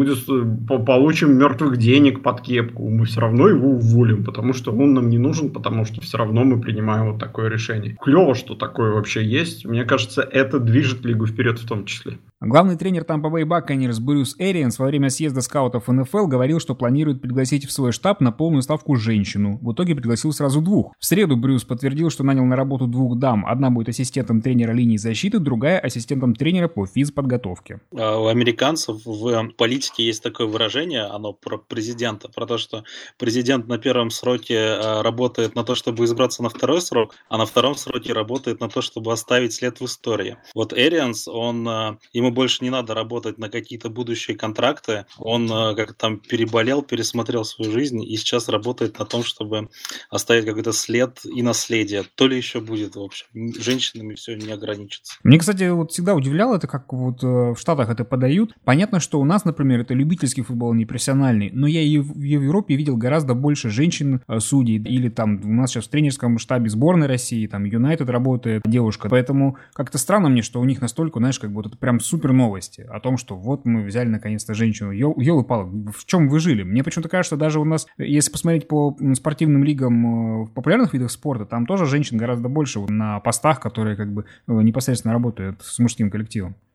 получим мертвых денег под кепку, мы все равно его уволим, потому что он нам не нужен, потому что все равно мы принимаем вот такое решение. Клево, что такое вообще есть. Мне кажется, это движет лигу вперед в том числе. Главный тренер Tampa Bay Buccaneers Брюс Эрианс во время съезда скаутов НФЛ говорил, что планирует пригласить в свой штаб на полную ставку женщину. В итоге пригласил сразу 2. В среду Брюс подтвердил, что нанял на работу 2 дам. Одна будет ассистентом тренера линии защиты, другая ассистентом тренера по физподготовке. У американцев в политике есть такое выражение, оно про президента, про то, что президент на первом сроке работает на то, чтобы избраться на второй срок, а на втором сроке работает на то, чтобы оставить след в истории. Вот Эрианс, ему больше не надо работать на какие-то будущие контракты, он как там переболел, пересмотрел свою жизнь и сейчас работает на том, чтобы оставить какой-то след и наследие. То ли еще будет, в общем. Женщинами все не ограничится. Мне, кстати, вот всегда удивляло это, как вот в Штатах это подают. Понятно, что у нас, например, это любительский футбол, не профессиональный, но я и в Европе видел гораздо больше женщин-судей, или там у нас сейчас в тренерском штабе сборной России, там Юнайтед работает девушка, поэтому как-то странно мне, что у них настолько, знаешь, как бы вот это прям супер новости о том, что вот мы взяли наконец-то женщину. Ёлы-палы, в чем вы жили? Мне почему-то кажется, даже у нас, если посмотреть по спортивным лигам в популярных видах спорта, там тоже женщин гораздо больше на постах, которые как бы непосредственно работают с мужским коллективом.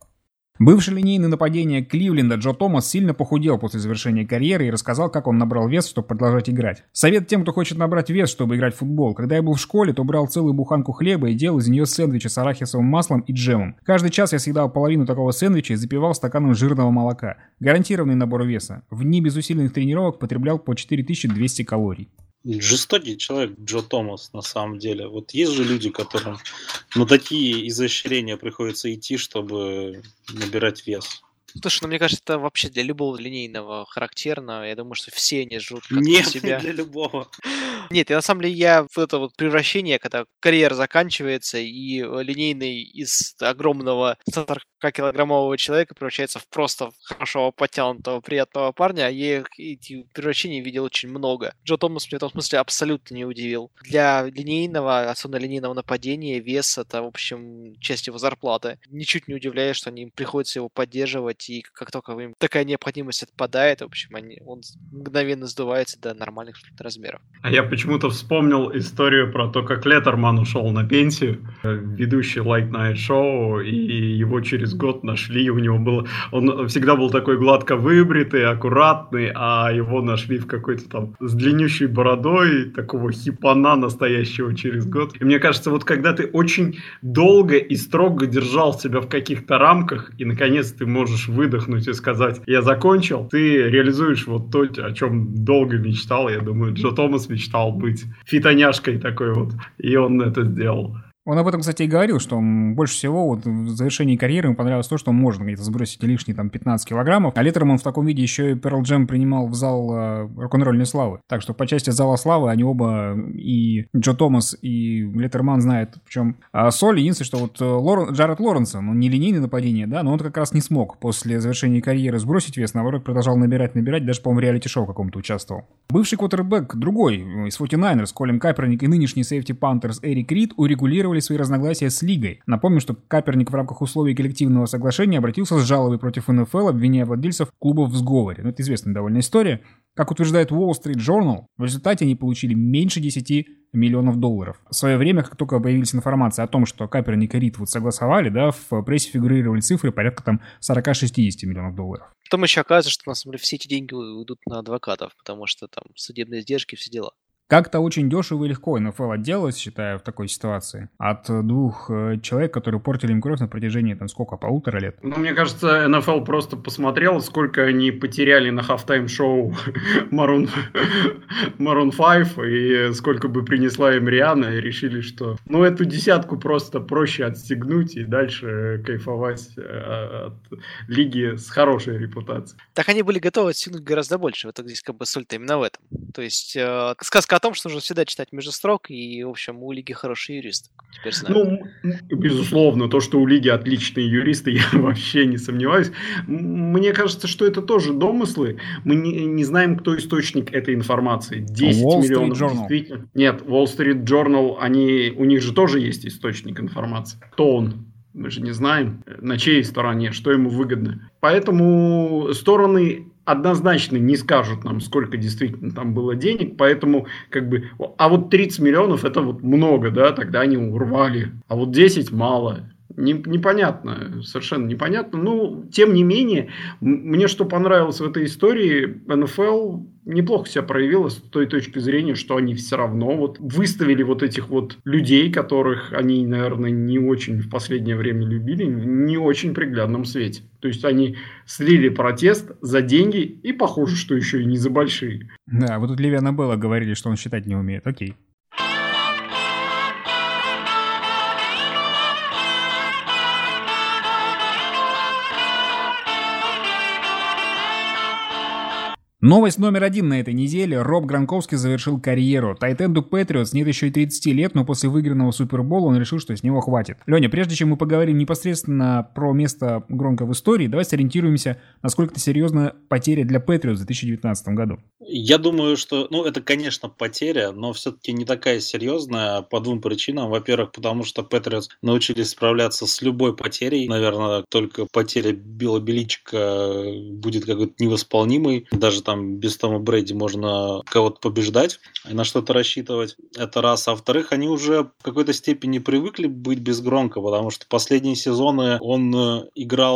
Бывший линейный нападение Кливленда Джо Томас сильно похудел после завершения карьеры и рассказал, как он набрал вес, чтобы продолжать играть. Совет тем, кто хочет набрать вес, чтобы играть в футбол. Когда я был в школе, то брал целую буханку хлеба и делал из нее сэндвичи с арахисовым маслом и джемом. Каждый час я съедал половину такого сэндвича и запивал стаканом жирного молока. Гарантированный набор веса. В дни без усиленных тренировок потреблял по 4200 калорий. Жестокий человек Джо Томас, на самом деле. Вот есть же люди, которым на такие изощрения приходится идти, чтобы набирать вес. Слушай, мне кажется, это вообще для любого линейного характерно. Я думаю, что все они живут как-то Нет, себя. не для любого. Нет, и на самом деле я в это вот превращение, когда карьера заканчивается, и линейный из огромного 40-килограммового человека превращается в просто хорошего, подтянутого, приятного парня, я эти превращения видел очень много. Джо Томас меня в том смысле абсолютно не удивил. Для линейного, особенно линейного нападения, вес — это, в общем, часть его зарплаты. Ничуть не удивляет, что им приходится его поддерживать, и как только им такая необходимость отпадает, в общем, он мгновенно сдувается до нормальных размеров. А я почему-то вспомнил историю про то, как Леттерман ушел на пенсию, ведущий Late Night Show, и его через год нашли, у него было... Он всегда был такой гладко выбритый, аккуратный, а его нашли в какой-то там с длиннющей бородой, такого хипана настоящего через год. И мне кажется, вот когда ты очень долго и строго держал себя в каких-то рамках, и наконец ты можешь выдохнуть и сказать: я закончил, ты реализуешь вот то, о чем долго мечтал. Я думаю, Джо Томас мечтал быть фитоняшкой такой вот, и он это сделал. Он об этом, кстати, и говорил, что больше всего вот в завершении карьеры ему понравилось то, что он может где-то сбросить лишние там 15 килограммов. А Леттерман в таком виде еще и Pearl Jam принимал в зал рок-н-ролльной славы. Так что по части зала славы они оба, и Джо Томас, и Леттерман, знают, в чем соль. Единственное, что вот Джаред Лоренсон, он не линейное нападение, да, но он как раз не смог после завершения карьеры сбросить вес, наоборот, продолжал набирать, даже, по-моему, в реалити-шоу каком-то участвовал. Бывший квотербэк, другой, из 49ers, Колин Каэперник, и нынешний сейфти Пантерс Эрик Рид урегулировали свои разногласия с лигой. Напомню, что Каэперник в рамках условий коллективного соглашения обратился с жалобой против НФЛ, обвиняя владельцев клубов в сговоре. Это известная довольно история. Как утверждает Wall Street Journal, в результате они получили меньше 10 миллионов долларов. В свое время, как только появилась информация о том, что Каэперник и Рид вот согласовали, да, в прессе фигурировали цифры порядка там 40-60 миллионов долларов. Потом еще оказывается, что на самом деле все эти деньги уйдут на адвокатов, потому что там судебные издержки, все дела. Как-то очень дешево и легко НФЛ отделалась, считаю, в такой ситуации. От двух человек, которые портили им кровь на протяжении, там, сколько, 1,5 лет? Ну, мне кажется, НФЛ просто посмотрел, сколько они потеряли на хафтайм-шоу Maroon 5, и сколько бы принесла им Риhanna, и решили, что, ну, эту десятку просто проще отстегнуть и дальше кайфовать от лиги с хорошей репутацией. Так они были готовы отстегнуть гораздо больше. В итоге здесь как бы соль-то именно в этом. То есть сказка о том, что нужно всегда читать между строк, и, в общем, у лиги хорошие юристы. Теперь знаю. Ну, безусловно, то, что у лиги отличные юристы, я вообще не сомневаюсь. Мне кажется, что это тоже домыслы. Мы не знаем, кто источник этой информации. 10 Wall Street миллионов Journal. действительно. Нет, Wall Street Journal, у них же тоже есть источник информации. Кто он? Мы же не знаем, на чьей стороне, что ему выгодно. Поэтому стороны однозначно не скажут нам, сколько действительно там было денег, поэтому как бы... А вот 30 миллионов это вот много, да, тогда они урвали. А вот 10 мало. Непонятно, совершенно непонятно. Ну, тем не менее, мне что понравилось в этой истории, НФЛ неплохо себя проявила с той точки зрения, что они все равно вот выставили вот этих вот людей, которых они, наверное, не очень в последнее время любили, в не очень приглядном свете. То есть они слили протест за деньги и, похоже, что еще и не за большие. Да, вы тут Левиана Белла говорили, что он считать не умеет. Окей. Новость номер 1 на этой неделе. Роб Гронковский завершил карьеру. Тайтенду Патриотс нет еще и 30 лет, но после выигранного Супербола он решил, что с него хватит. Леня, прежде чем мы поговорим непосредственно про место Гронка в истории, давай сориентируемся, насколько это серьезная потеря для Патриотс в 2019 году. Я думаю, что, это, конечно, потеря, но все-таки не такая серьезная по двум причинам. Во-первых, потому что Патриотс научились справляться с любой потерей. Наверное, только потеря Билла Беличика будет какой-то невосполнимой. Даже там без Тома Брэди можно кого-то побеждать и на что-то рассчитывать. Это раз. А во-вторых, они уже в какой-то степени привыкли быть без Гронка, потому что последние сезоны он играл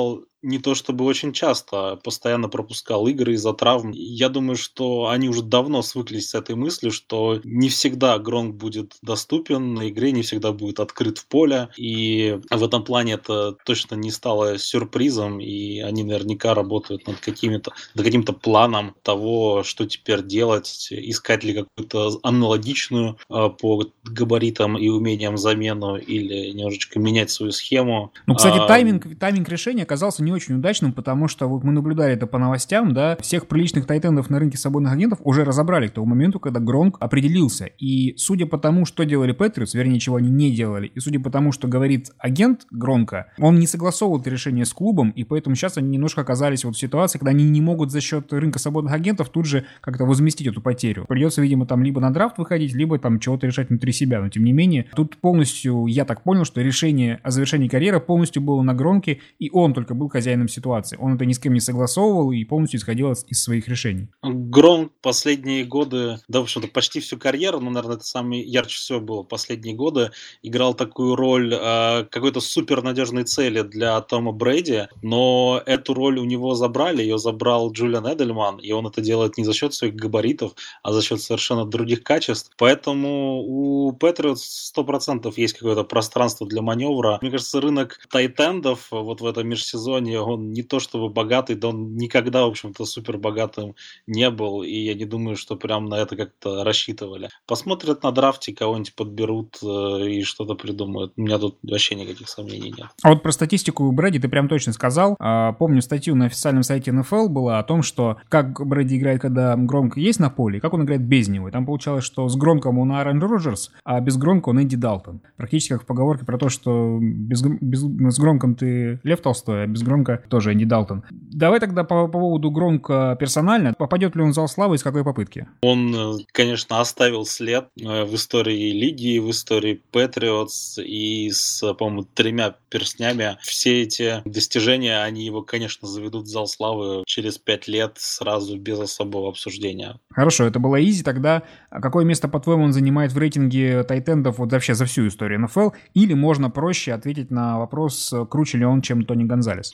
не то чтобы очень часто, постоянно пропускал игры из-за травм. Я думаю, что они уже давно свыклись с этой мыслью, что не всегда Гронк будет доступен на игре, не всегда будет открыт в поле, и в этом плане это точно не стало сюрпризом, и они наверняка работают над каким-то планом того, что теперь делать, искать ли какую-то аналогичную по габаритам и умениям замену, или немножечко менять свою схему. Ну, кстати, тайминг решения оказался не очень удачным, потому что вот мы наблюдали это по новостям, да, всех приличных тайтендов на рынке свободных агентов уже разобрали к тому моменту, когда Гронк определился. И судя по тому, что делали Патриотс, вернее, чего они не делали, и судя по тому, что говорит агент Гронка, он не согласовывал это решение с клубом, и поэтому сейчас они немножко оказались вот в ситуации, когда они не могут за счет рынка свободных агентов тут же как-то возместить эту потерю. Придется, видимо, там либо на драфт выходить, либо там чего-то решать внутри себя. Но тем не менее, тут полностью, я так понял, что решение о завершении карьеры полностью было на Гронке, и он только был хозяином ситуации. Он это ни с кем не согласовывал и полностью исходил из своих решений. Гронк последние годы, да, в общем-то, почти всю карьеру, но, наверное, это самое ярче всего было последние годы, играл такую роль какой-то супернадежной цели для Тома Брэди, но эту роль у него забрали, ее забрал Джулиан Эдельман, и он это делает не за счет своих габаритов, а за счет совершенно других качеств. Поэтому у Патриотс 100% есть какое-то пространство для маневра. Мне кажется, рынок тайтендов вот в этом межсезонье, он не то чтобы богатый, да он никогда, в общем-то, супер богатым не был, и я не думаю, что прям на это как-то рассчитывали. Посмотрят на драфте, кого-нибудь подберут и что-то придумают. У меня тут вообще никаких сомнений нет. А вот про статистику Брэди ты прям точно сказал. Помню, статью на официальном сайте НФЛ была о том, что как Брэди играет, когда Гронк есть на поле, и как он играет без него. И там получалось, что с Гронком он Аарон Роджерс, а без Гронка он Энди Далтон. Практически как в поговорке про то, что с Гронком ты Лев Толстой, а без Гронка тоже Энди Далтон. Давай тогда по поводу Гронка персонально. Попадет ли он в зал славы и с какой попытки? Он, конечно, оставил след в истории лиги, в истории Патриотс и с, по-моему, 3 перстнями. Все эти достижения, они его, конечно, заведут в зал славы через 5 лет сразу без особого обсуждения. Хорошо, это было изи. Тогда какое место, по-твоему, он занимает в рейтинге тайтендов вот вообще за всю историю НФЛ? Или можно проще ответить на вопрос, круче ли он, чем Тони Гонзалес?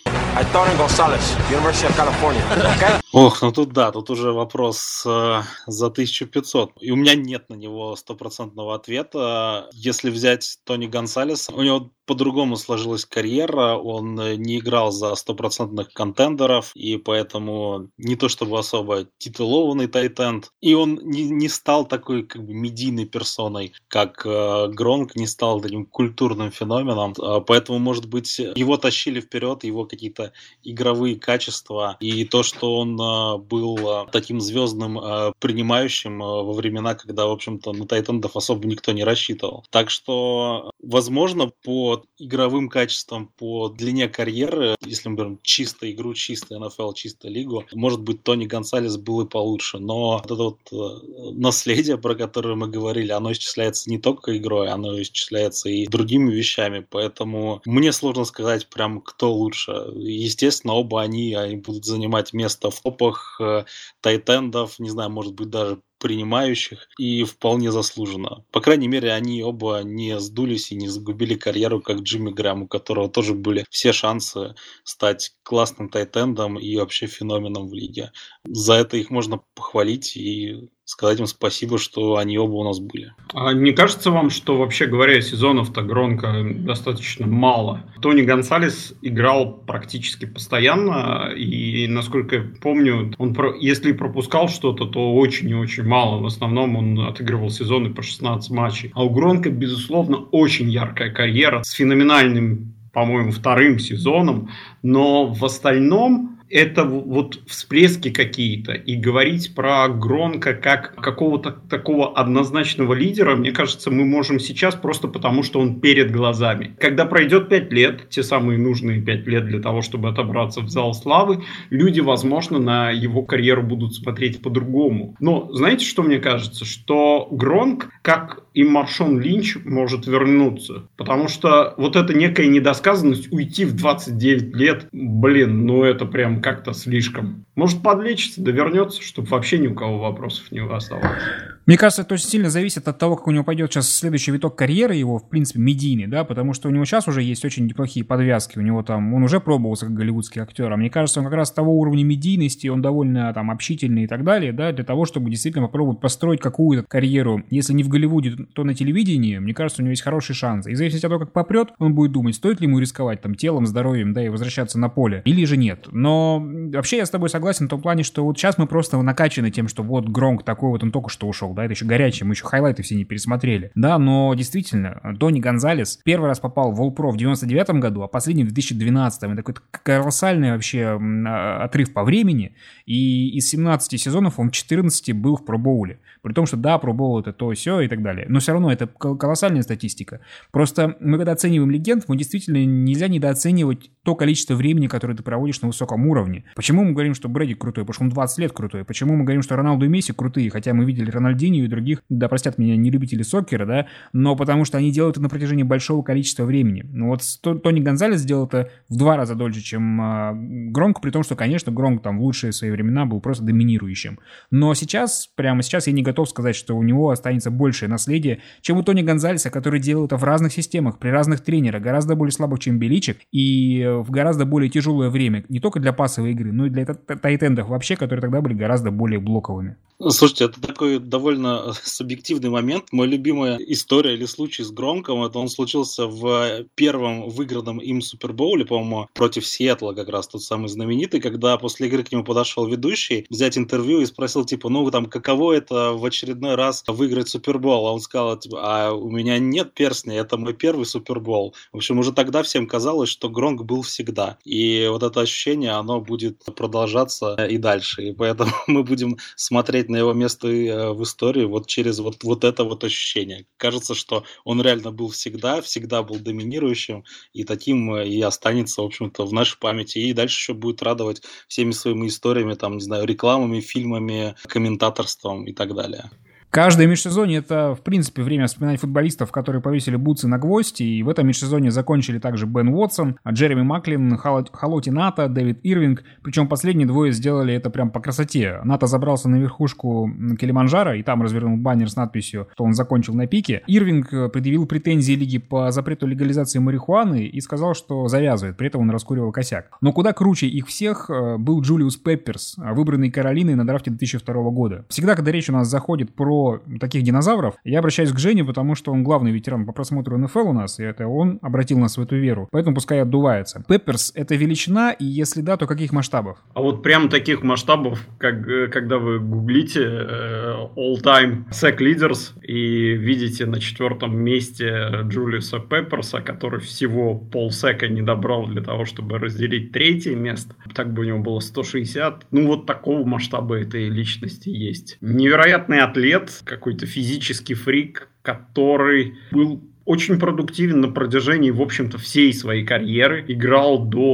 Ох, ну тут да, тут уже вопрос за 1500. И у меня нет на него стопроцентного ответа. Если взять Тони Гонсалеса, у него по-другому сложилась карьера, он не играл за стопроцентных контендеров, и поэтому не то чтобы особо титулованный тайтенд, и он не стал такой как бы медийной персоной, как Гронк, не стал таким культурным феноменом, поэтому, может быть, его тащили вперед, его какие-то игровые качества, и то, что он был таким звездным принимающим во времена, когда, в общем-то, на тайтендов особо никто не рассчитывал. Так что, возможно, по игровым качествам, по длине карьеры, если мы берем чисто игру, чисто НФЛ, чисто лигу, может быть, Тони Гонсалес был и получше. Но вот это вот наследие, про которое мы говорили, оно исчисляется не только игрой, оно исчисляется и другими вещами. Поэтому мне сложно сказать прям, кто лучше. Естественно, оба они будут занимать место в топах тайтендов, не знаю, может быть, даже принимающих, и вполне заслуженно. По крайней мере, они оба не сдулись и не загубили карьеру, как Джимми Грэм, у которого тоже были все шансы стать классным тайтендом и вообще феноменом в лиге. За это их можно похвалить и сказать им спасибо, что они оба у нас были. А не кажется вам, что, вообще говоря, сезонов-то Гронка достаточно мало? Тони Гонсалес играл практически постоянно, и, насколько я помню, он если пропускал что-то, то очень и очень мало. В основном он отыгрывал сезоны по 16 матчей. А у Гронка, безусловно, очень яркая карьера с феноменальным, по-моему, 2-м сезоном, но в остальном это вот всплески какие-то. И говорить про Гронка как какого-то такого однозначного лидера, мне кажется, мы можем сейчас просто потому, что он перед глазами. Когда пройдет 5 лет, те самые нужные 5 лет для того, чтобы отобраться в зал славы, люди, возможно, на его карьеру будут смотреть по-другому. Но знаете, что мне кажется? Что Гронк, как и Маршон Линч, может вернуться. Потому что вот эта некая недосказанность уйти в 29 лет, ну это прям как-то слишком. Может подлечится, да вернется, чтобы вообще ни у кого вопросов не оставалось. Мне кажется, это очень сильно зависит от того, как у него пойдет сейчас следующий виток карьеры его, в принципе, медийный, да, потому что у него сейчас уже есть очень неплохие подвязки, у него там, он уже пробовался как голливудский актер, а мне кажется, он как раз того уровня медийности, он довольно там общительный и так далее, да, для того, чтобы действительно попробовать построить какую-то карьеру, если не в Голливуде, то на телевидении, мне кажется, у него есть хороший шанс. И в зависимости от того, как попрет, он будет думать, стоит ли ему рисковать там телом, здоровьем, да, и возвращаться на поле, или же нет. Но вообще я с тобой согласен в том плане, что вот сейчас мы просто накачаны тем, что вот Гронк такой вот, он только что ушел, да, это еще горячий, мы еще хайлайты все не пересмотрели. Да, но действительно, Тони Гонзалес первый раз попал в All-Pro в 99 году, а последний в 2012. Это такой колоссальный вообще отрыв по времени. И из 17 сезонов он в 14 был в Про-боуле. При том, что да, Про-боул это то, сё и так далее. Но все равно это колоссальная статистика. Просто мы когда оцениваем легенд, мы действительно нельзя недооценивать то количество времени, которое ты проводишь на высоком уровне. Почему мы говорим, что Брэди крутой? Потому что он 20 лет крутой. Почему мы говорим, что Роналду и Месси крутые? Хотя мы видели Рональдинho и других, да, простят меня, не любители соккера, да, но потому что они делают это на протяжении большого количества времени. Ну вот Тони Гонзалес сделал это в 2 раза дольше, чем Гронк, при том, что, конечно, Гронк там в лучшие свои времена был просто доминирующим. Но сейчас, прямо сейчас я не готов сказать, что у него останется большее наследие, чем у Тони Гонзалеса, который делал это в разных системах, при разных тренерах, гораздо более слабых, чем Беличек, и в гораздо более тяжелое время, не только для пассовой игры, но и для тайтендов вообще, которые тогда были гораздо более блоковыми. Слушайте, это такой довольно субъективный момент. Моя любимая история или случай с Гронком, это он случился в первом выигранном им Супербоуле, по-моему, против Сиэтла, как раз тот самый знаменитый, когда после игры к нему подошел ведущий взять интервью и спросил, типа, ну, там, каково это в очередной раз выиграть Супербол? А он сказал, типа, а у меня нет перстня, это мой первый Супербол. В общем, уже тогда всем казалось, что Гронк был всегда. И вот это ощущение, оно будет продолжаться и дальше. И поэтому мы будем смотреть на его место в истории вот через вот это вот ощущение. Кажется, что он реально был всегда был доминирующим, и таким и останется, в общем-то, в нашей памяти. И дальше еще будет радовать всеми своими историями, там, не знаю, рекламами, фильмами, комментаторством и так далее. Каждое межсезонье — это, в принципе, время вспоминать футболистов, которые повесили бутсы на гвоздь, и в этом межсезонье закончили также Бен Уотсон, Джереми Маклин, Халоти Ната, Дэвид Ирвинг, причем последние двое сделали это прям по красоте. Ната забрался на верхушку Килиманджаро, и там развернул баннер с надписью, что он закончил на пике. Ирвинг предъявил претензии лиги по запрету легализации марихуаны и сказал, что завязывает, при этом он раскуривал косяк. Но куда круче их всех был Джулиус Пепперс, выбранный Каролиной на драфте 2002 года. Всегда, когда речь у нас заходит про таких динозавров, я обращаюсь к Жене, потому что он главный ветеран по просмотру НФЛ у нас, и это он обратил нас в эту веру. Поэтому пускай отдувается. Пепперс — это величина, и если да, то каких масштабов? А вот прям таких масштабов, как когда вы гуглите all-time sack leaders и видите на 4-м месте Джулиуса Пепперса, который всего полсека не добрал для того, чтобы разделить 3-е место. Так бы у него было 160. Ну вот такого масштаба этой личности есть. Невероятный атлет, какой-то физический фрик, который был очень продуктивен на протяжении, в общем-то, всей своей карьеры. Играл до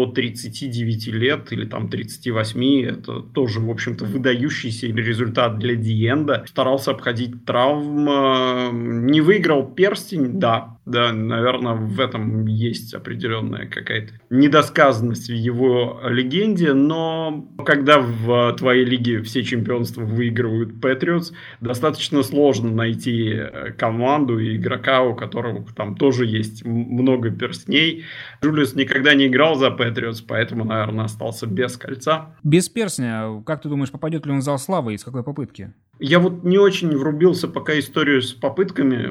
39 лет или там 38. Это тоже, в общем-то, выдающийся результат для Диенда. Старался обходить травмы. Не выиграл перстень, да, наверное, в этом есть определенная какая-то недосказанность в его легенде, но когда в твоей лиге все чемпионства выигрывают Патриотс, достаточно сложно найти команду и игрока, у которого там тоже есть много перстней. Джулиус никогда не играл за Патриотс, поэтому, наверное, остался без кольца. Без перстня, как ты думаешь, попадет ли он в зал славы и с какой попытки? Я вот не очень врубился пока историю с попытками.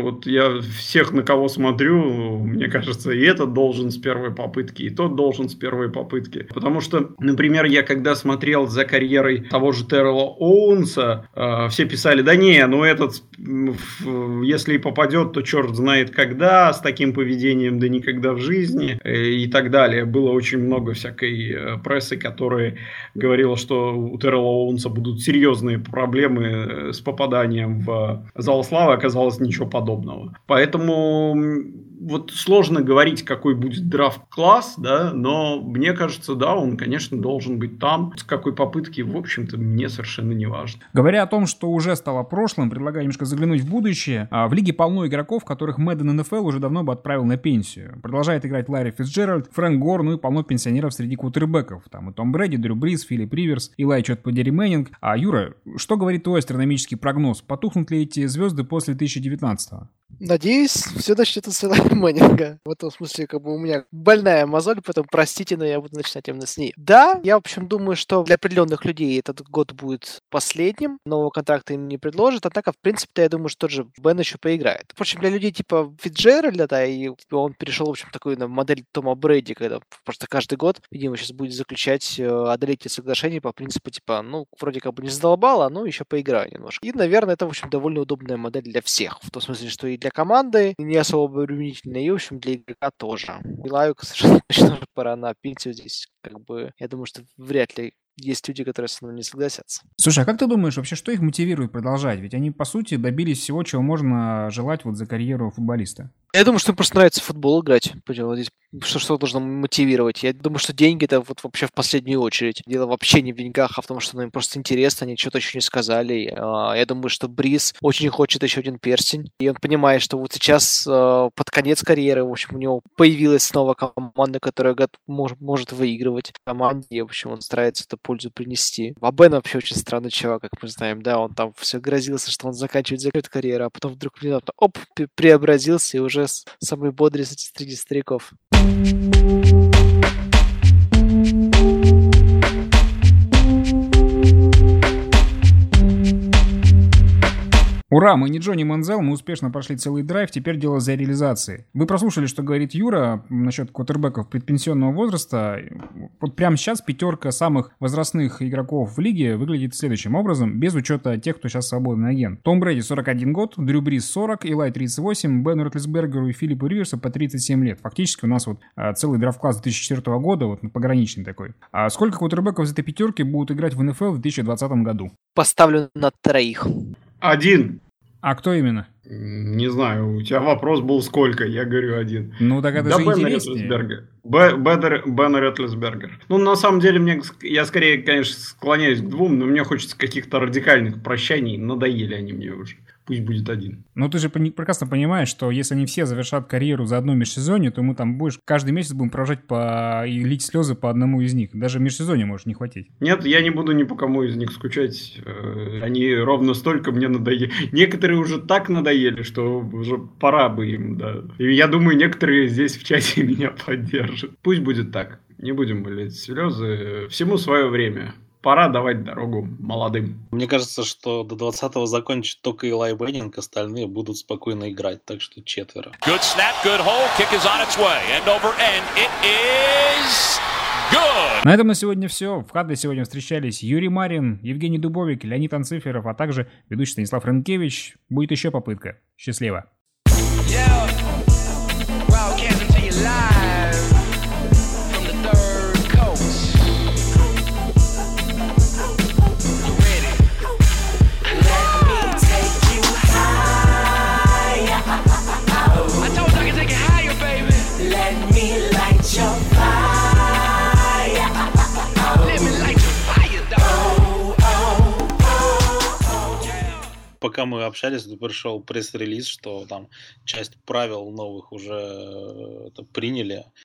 Я всех, на кого смотрю, мне кажется, и этот должен с первой попытки, и тот должен с первой попытки. Потому что, например, я когда смотрел за карьерой того же Террелла Оуэнса, все писали, да не, ну этот, если и попадет, то черт знает когда, с таким поведением, да никогда в жизни, и так далее. Было очень много всякой прессы, которая говорила, что у Террелла Оуэнса будут серьезные проблемы с попаданием в зал славы, оказалось ничего подобного. Поэтому вот сложно говорить, какой будет драфт-класс, да, но мне кажется, да, он, конечно, должен быть там. С какой попытки, в общем-то, мне совершенно не важно. Говоря о том, что уже стало прошлым, предлагаю немножко заглянуть в будущее. В лиге полно игроков, которых Madden NFL уже давно бы отправил на пенсию. Продолжает играть Ларри Фицджеральд, Фрэнк Гор, ну и полно пенсионеров среди квотербеков. Там и Том Брэди, Дрю Бриз, Филипп Риверс, Илай Чотподери Мэннинг. А Юра, что говорит твой астрономический прогноз? Потухнут ли эти звезды после 2019-го? Надеюсь, все начнется с Илая Мэннинга. В этом смысле, как бы у меня больная мозоль, поэтому простите, но я буду начинать именно с ней. Да, я, в общем, думаю, что для определенных людей этот год будет последним, нового контракта им не предложат, однако, в принципе-то, я думаю, что тот же Бен еще поиграет. Впрочем, для людей типа Фицджеральда, да, и он перешел, в общем, такую на модель Тома Брэди, когда просто каждый год, видимо, сейчас будет заключать одолеть соглашения по принципу, типа, ну, вроде как бы не задолбало, но еще поиграю немножко. И, наверное, это, в общем, довольно удобная модель для всех. В том смысле, что и для команды не особо обременительная, и, в общем, для игрока тоже. Илаю, совершенно точно пора на пенсию здесь. Как бы, я думаю, что вряд ли есть люди, которые со мной не согласятся. Слушай, а как ты думаешь, вообще, что их мотивирует продолжать? Ведь они, по сути, добились всего, чего можно желать вот за карьеру футболиста. Я думаю, что им просто нравится в футбол играть. Здесь что должно мотивировать? Я думаю, что деньги это вот вообще в последнюю очередь. Дело вообще не в деньгах, а в том, что им просто интересно, они что-то еще не сказали. Я думаю, что Бриз очень хочет еще один перстень. И он понимает, что вот сейчас под конец карьеры, в общем, у него появилась снова команда, которая может выигрывать в команде. И, в общем, он старается эту пользу принести. А Бен вообще очень странный чувак, как мы знаем. Да, он там все грозился, что он заканчивает карьеру, а потом вдруг внезапно преобразился и уже самый бодрый среди стариков. Ура, мы не Джонни Манзел, мы успешно прошли целый драйв, теперь дело за реализацией. Вы прослушали, что говорит Юра насчет квотербеков предпенсионного возраста. Вот прямо сейчас пятерка самых возрастных игроков в лиге выглядит следующим образом, без учета тех, кто сейчас свободный агент. Том Брэди 41 год, Дрю Бриз 40, Илай 38, Бену Ротлисбергеру и Филиппу Риверсу по 37 лет. Фактически у нас вот целый драфт-класс 2004 года, вот пограничный такой. А сколько квотербеков из этой пятерки будут играть в НФЛ в 2020 году? Поставлю на 3. 1. А кто именно? Не знаю, у тебя вопрос был сколько, я говорю 1. Ну так это да, же Бен интереснее. Бен Ротлисбергер. Ну, на самом деле, я скорее, конечно, склоняюсь к 2, но мне хочется каких-то радикальных прощаний. Надоели они мне уже. Пусть будет 1. Но ты же прекрасно понимаешь, что если они все завершат карьеру за одно межсезонье, то мы там каждый месяц будем провожать и лить слезы по одному из них. Даже межсезонье может не хватить. Нет, я не буду ни по кому из них скучать. Они ровно столько мне надоели. Некоторые уже так надоели, что уже пора бы им, да. И я думаю, некоторые здесь в чате меня поддержат. Пусть будет так. Не будем лить слезы. Всему свое время. Пора давать дорогу молодым. Мне кажется, что до 20-го закончит только Илай Мэннинг, остальные будут спокойно играть, так что 4. Good snap, good hole, kick is on its way. End over end, it is good. На этом на сегодня все. В кадре сегодня встречались Юрий Марин, Евгений Дубовик, Леонид Анциферов, а также ведущий Станислав Ренкевич. Будет еще попытка. Счастливо. Пока мы общались, то пришел пресс-релиз, что там часть правил новых уже приняли.